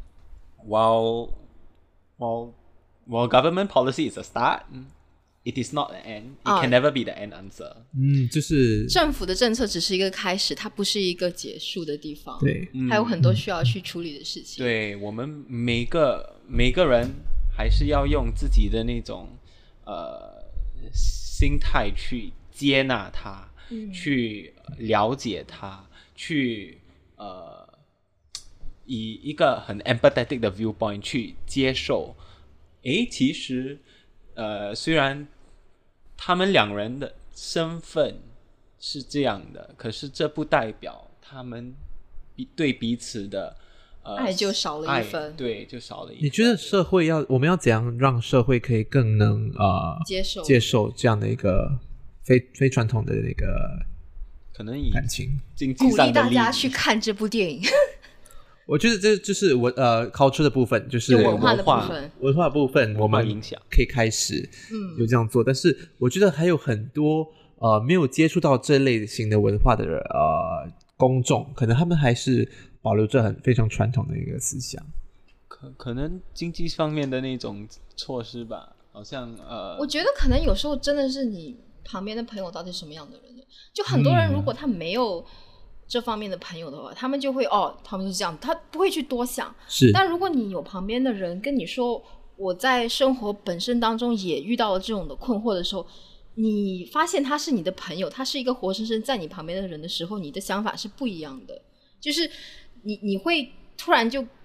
while while while government policy is a start。It is not the end. It can never be the end answer. 嗯，就是政府的政策只是一个开始，它不是一个结束的地方。 对， 还有很多需要去处理的事情。 对，我们每个每个人还是要用自己的那种呃心态去接纳它，嗯、去了解它，去呃以一个很 empathetic 的 viewpoint 去接受。诶，其实呃虽然他们两人的身份是这样的，可是这不代表他们对彼此的、呃、 爱就少了一分， 对，就少了一分。 你觉得社会要我们要怎样让社会可以更能呃接受接受这样的一个非非传统的那个可能以感情？ 鼓励大家去看这部电影。 我觉得这就是我呃 culture 的部分，就是文化的部分， 文化部分我们可以开始有这样做，嗯、但是我觉得还有很多呃没有接触到这类型的文化的呃公众，可能他们还是保留着很非常传统的一个思想。 可可能经济方面的那种措施吧，好像呃， 我觉得可能有时候真的是你旁边的朋友到底是什么样的人，就很多人如果他没有。嗯这方面的朋友的话，他们就会哦，他们是这样，他不会去多想。 是， 但如果你有旁边的人跟你说，我在生活本身当中也遇到了这种的困惑的时候，你发现他是你的朋友，他是一个活生生在你旁边的人的时候，你的想法是不一样的。就是你你会突然就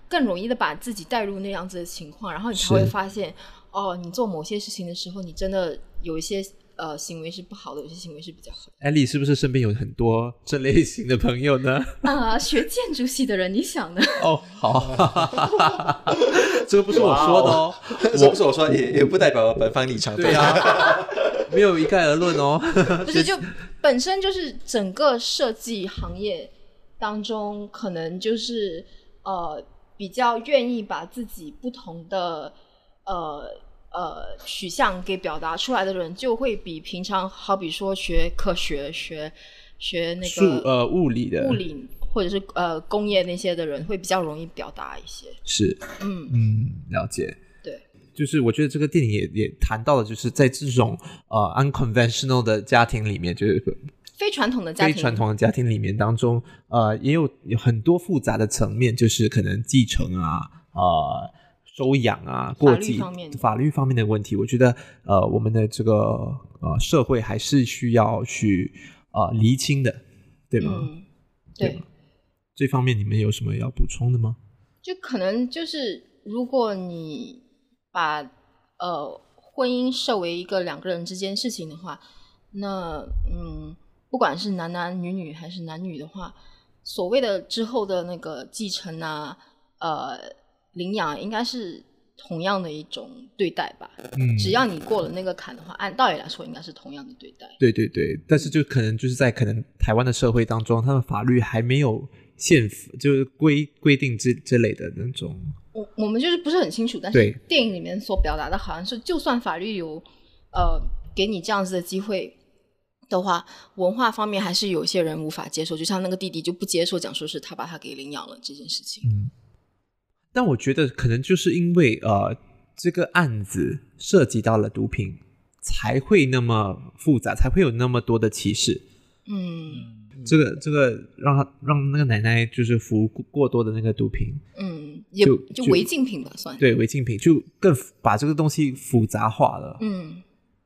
更容易的把自己带入那样子的情况，然后你才会发现哦，你做某些事情的时候，你真的有一些呃行为是不好的，有些行为是比较好的。 艾莉是不是身边有很多这类型的朋友呢？ 啊、呃，学建筑系的人，你想呢？ 哦，好，这个不是我说的哦， 这不是我说的，也也不代表本方立场。 对啊，没有一概而论哦。 不是，就本身就是整个设计行业当中，可能就是呃比较愿意把自己不同的呃呃取向给表达出来的人，就会比平常好比说学科学、学学那个呃物理的物理或者是呃工业那些的人，会比较容易表达一些。 是， 嗯嗯，了解。 对。 就是我觉得这个电影也也谈到了，就是在这种呃 unconventional 的家庭里面，就是非传统的家庭， 非传统的家庭里面当中，呃，也有有很多复杂的层面，就是可能继承啊，呃，收养啊，过继法律方面法律方面的问题。我觉得呃，我们的这个呃社会还是需要去呃厘清的，对吗？ 嗯，对。 对，这方面你们有什么要补充的吗？ 就可能就是如果你把呃婚姻设为一个两个人之间事情的话，那嗯，不管是男男女女还是男女的话，所谓的之后的那个继承啊，呃，领养，应该是同样的一种对待吧。 嗯， 只要你过了那个坎的话，按道理来说应该是同样的对待。 对对对，但是就可能就是在可能台湾的社会当中，他们法律还没有宪就是规规定之之类的那种。 我我们就是不是很清楚，但对是电影里面所表达的好像是，就算法律有呃给你这样子的机会的话，文化方面还是有些人无法接受，就像那个弟弟就不接受讲说是他把他给领养了这件事情。 嗯，但我觉得可能就是因为呃这个案子涉及到了毒品，才会那么复杂，才会有那么多的歧视。 嗯。 这个这个让他让那个奶奶就是服过多的那个毒品， 嗯，也就就违禁品吧，算对违禁品，就更把这个东西复杂化了。 嗯，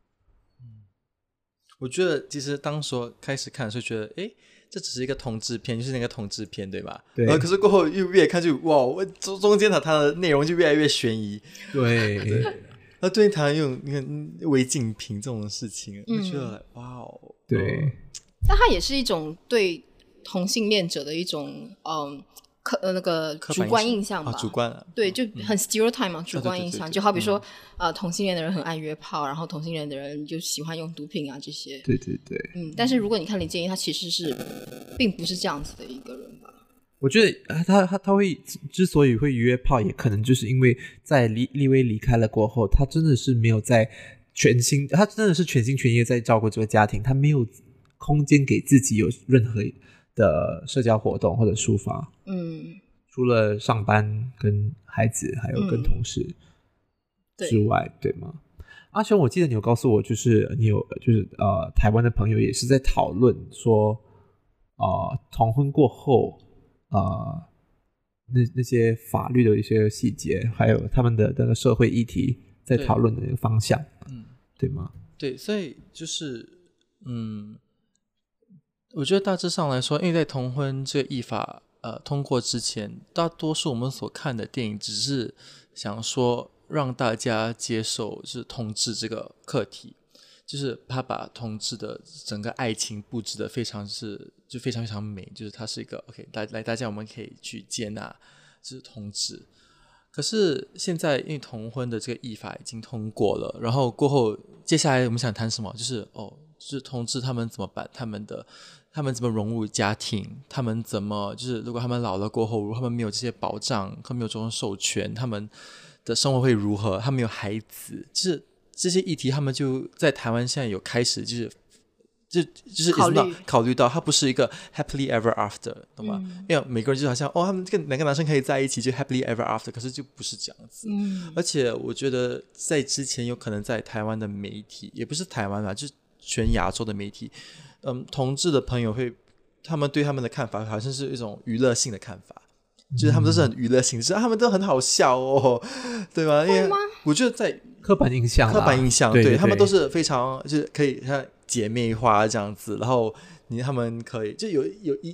我觉得其实当时开始看的时候觉得，哎，这只是一个同志片，就是那个同志片，对吧？ 对。 然后可是过后又越看就哇，中中间的它的内容就越来越悬疑。 对对。那对台湾用你看违禁品这种事情，就觉得、嗯、哇哦， 对。 但它也是一种对同性恋者的一种嗯客呃那个主观印象吧， 啊、主观、啊、 对，就很 stereotype 嘛、嗯，主观印象，就好比说、 嗯、 呃同性恋的人很爱约炮，然后同性恋的人就喜欢用毒品啊这些。 对对对， 嗯，但是如果你看林建一，他其实是并不是这样子的一个人吧。 我觉得他他他会之所以会约炮，也可能就是因为在李立威离开了过后，他真的是没有在全心，他真的是全心全意在照顾这个家庭，他没有空间给自己有任何的社交活动或者抒发， 嗯， 除了上班跟孩子还有跟同事之外、嗯、对, 对吗？阿雄，我记得你有告诉我，就是你有就是呃台湾的朋友也是在讨论说，呃同婚过后呃那那些法律的一些细节，还有他们的那个社会议题在讨论的那个方向，嗯，对吗？ 对，所以就是嗯。我觉得大致上来说，因为在同婚这个议法呃通过之前，大多数我们所看的电影只是想说让大家接受就是同志这个课题，就是他把同志的整个爱情布置的非常是就非常非常美，就是它是一个 OK 来来大家我们可以去接纳就是同志。可是现在因为同婚的这个议法已经通过了，然后过后接下来我们想谈什么？就是哦，就是同志他们怎么办？他们的他们怎么融入家庭？他们怎么就是如果他们老了过后，如果他们没有这些保障，他们没有这种授权，他们的生活会如何？他们有孩子，就是这些议题，他们就在台湾现在有开始就是就就是考虑考虑到它不是一个 happily ever after， 懂吗？嗯、因为每个人就好像哦，他们跟两个男生可以在一起就 happily ever after， 可是就不是这样子。 嗯， 而且我觉得在之前有可能在台湾的媒体，也不是台湾啦，就是全亚洲的媒体，嗯，同志的朋友会，他们对他们的看法好像是一种娱乐性的看法，嗯、就是他们都是很娱乐性，就是他们都很好笑哦，对吧？因为我觉得在刻板印象， 刻板印象， 对, 对, 对, 对他们都是非常就是可以像姐妹花这样子，然后你他们可以就有有一一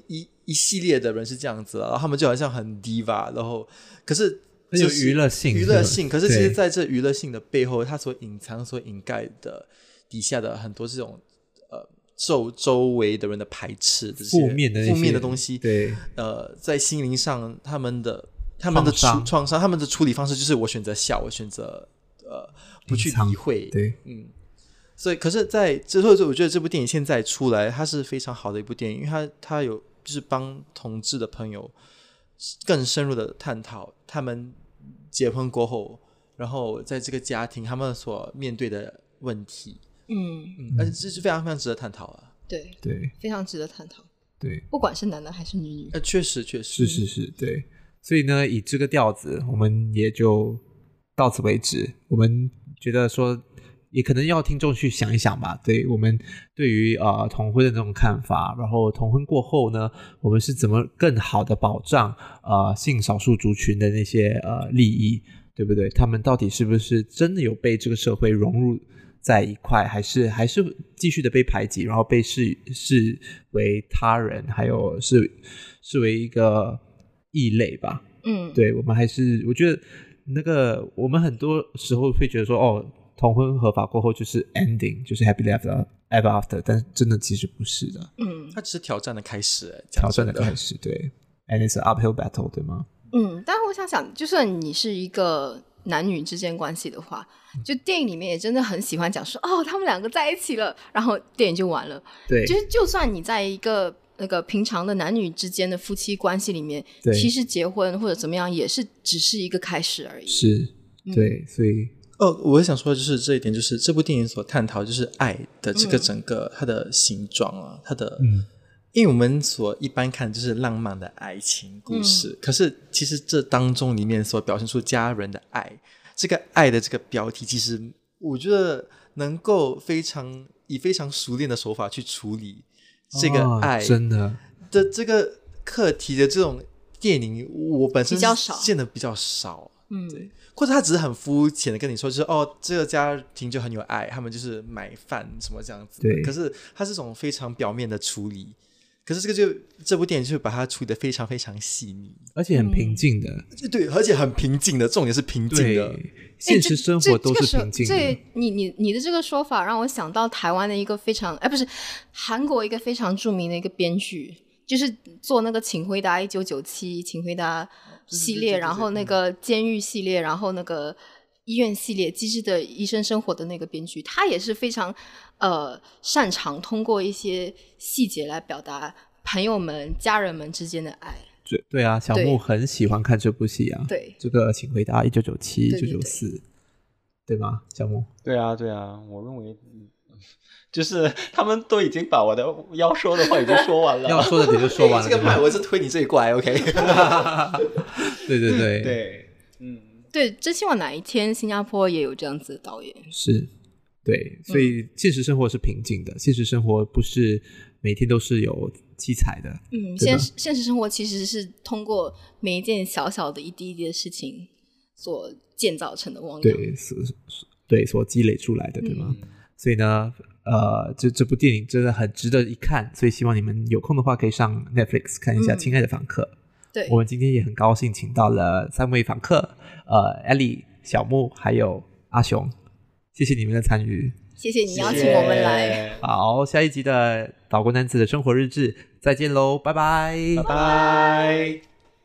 一系列的人是这样子，然后他们就好像很 diva， 然后可是很有娱乐性， 娱乐性。可是其实在这娱乐性的背后，它所隐藏、所掩盖的底下的很多这种呃周周围的人的排斥，这些负面的负面的东西， 对， 呃，在心灵上他们的他们的创创伤，他们的处理方式就是我选择笑，我选择呃不去理会， 对， 嗯。所以，可是在之后，我觉得这部电影现在出来，它是非常好的一部电影，因为它它有就是帮同志的朋友更深入的探讨他们结婚过后，然后在这个家庭他们所面对的问题， 嗯嗯，而且这是非常非常值得探讨啊， 对对， 非常值得探讨， 对， 不管是男的还是女女， 呃，确实确实是是是，对，所以呢，以这个调子，我们也就到此为止。我们觉得说。也可能要听众去想一想吧，对我们对于呃同婚的这种看法，然后同婚过后呢，我们是怎么更好的保障呃性少数族群的那些呃利益，对不对？他们到底是不是真的有被这个社会融入在一块，还是还是继续的被排挤，然后被视视为他人，还有视视为一个异类吧？嗯，对，我们还是我觉得那个我们很多时候会觉得说哦。同婚合法过后就是 ending， 就是 happily ever after， 但真的其实不是的。 嗯，它只是挑战的开始， 挑战的开始，对。And it's an uphill battle， 对吗？ 嗯，但是我想想，就算你是一个男女之间关系的话，就电影里面也真的很喜欢讲说，哦，他们两个在一起了，然后电影就完了。 对， 就是就算你在一个那个平常的男女之间的夫妻关系里面，其实结婚或者怎么样，也是只是一个开始而已。 是，对，嗯、所以。 哦，我想说的就是这一点，就是这部电影所探讨就是爱的这个整个它的形状啊，它的，嗯，因为我们所一般看就是浪漫的爱情故事，嗯、可是其实这当中里面所表现出家人的爱，这个爱的这个标题，其实我觉得能够非常以非常熟练的手法去处理这个爱， 哦、真的的这个课题的这种电影，我本身见的比较少， 嗯， 对。或者他只是很肤浅的跟你说，就是哦，这个家庭就很有爱，他们就是买饭什么这样子。 对。 可是他是这种非常表面的处理，可是这个就这部电影就把它处理的非常非常细腻， 而且很平静的。 嗯、对，而且很平静的，重点是平静的。 现实生活都是平静的。 这这你你你的这个说法让我想到台湾的一个非常，哎，不是韩国一个非常著名的一个编剧，就是做那个《请回答一九九七》《请回答》。系列，然后那个监狱系列，然后那个医院系列，机智的医生生活的那个编剧，他也是非常呃擅长通过一些细节来表达朋友们、家人们之间的爱。 对对啊，小木很喜欢看这部戏啊。 对， 这个请回答一九九七、一九九四，对吗？小木？ 对啊，对啊，我认为。就是他们都已经把我的要说的话已经说完了， 要说的也就说完了。 欸、这个麦我是推你这一怪 ，OK？ 对对对对，嗯， 对，真希望哪一天新加坡也有这样子的导演。 是，对，所以现实生活是平静的，嗯、现实生活不是每天都是有七彩的。 嗯，现实现实生活其实是通过每一件小小的一滴一滴的事情所建造成的汪洋， 对，所对所积累出来的，对吗？嗯、所以呢。呃，这这部电影真的很值得一看，所以希望你们有空的话可以上 Netflix 看一下《亲爱的访客》。 嗯、对， 我们今天也很高兴请到了三位访客，呃 ，Ellie、小木还有阿雄，谢谢你们的参与， 谢谢你邀请我们来。 好，下一集的岛国男子的生活日志再见喽，拜拜， 拜拜。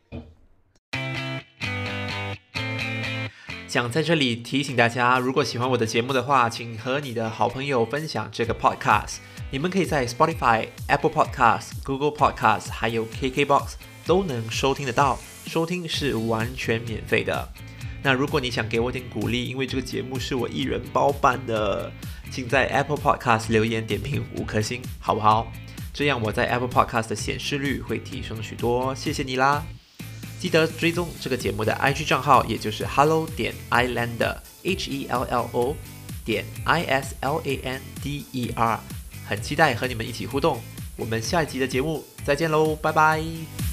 想在这里提醒大家，如果喜欢我的节目的话，请和你的好朋友分享这个 podcast。你们可以在 Spotify、Apple Podcast、Google Podcast 还有 K K B O X 都能收听得到，收听是完全免费的。那如果你想给我点鼓励，因为这个节目是我一人包办的，请在 Apple Podcast 留言点评五颗星，好不好？这样我在 Apple Podcast 的显示率会提升许多，谢谢你啦！记得追踪这个节目的 I G 账号，也就是 hello 点 islander H E L L O 点 I S L A N D E R， 很期待和你们一起互动。我们下一集的节目再见喽，拜拜。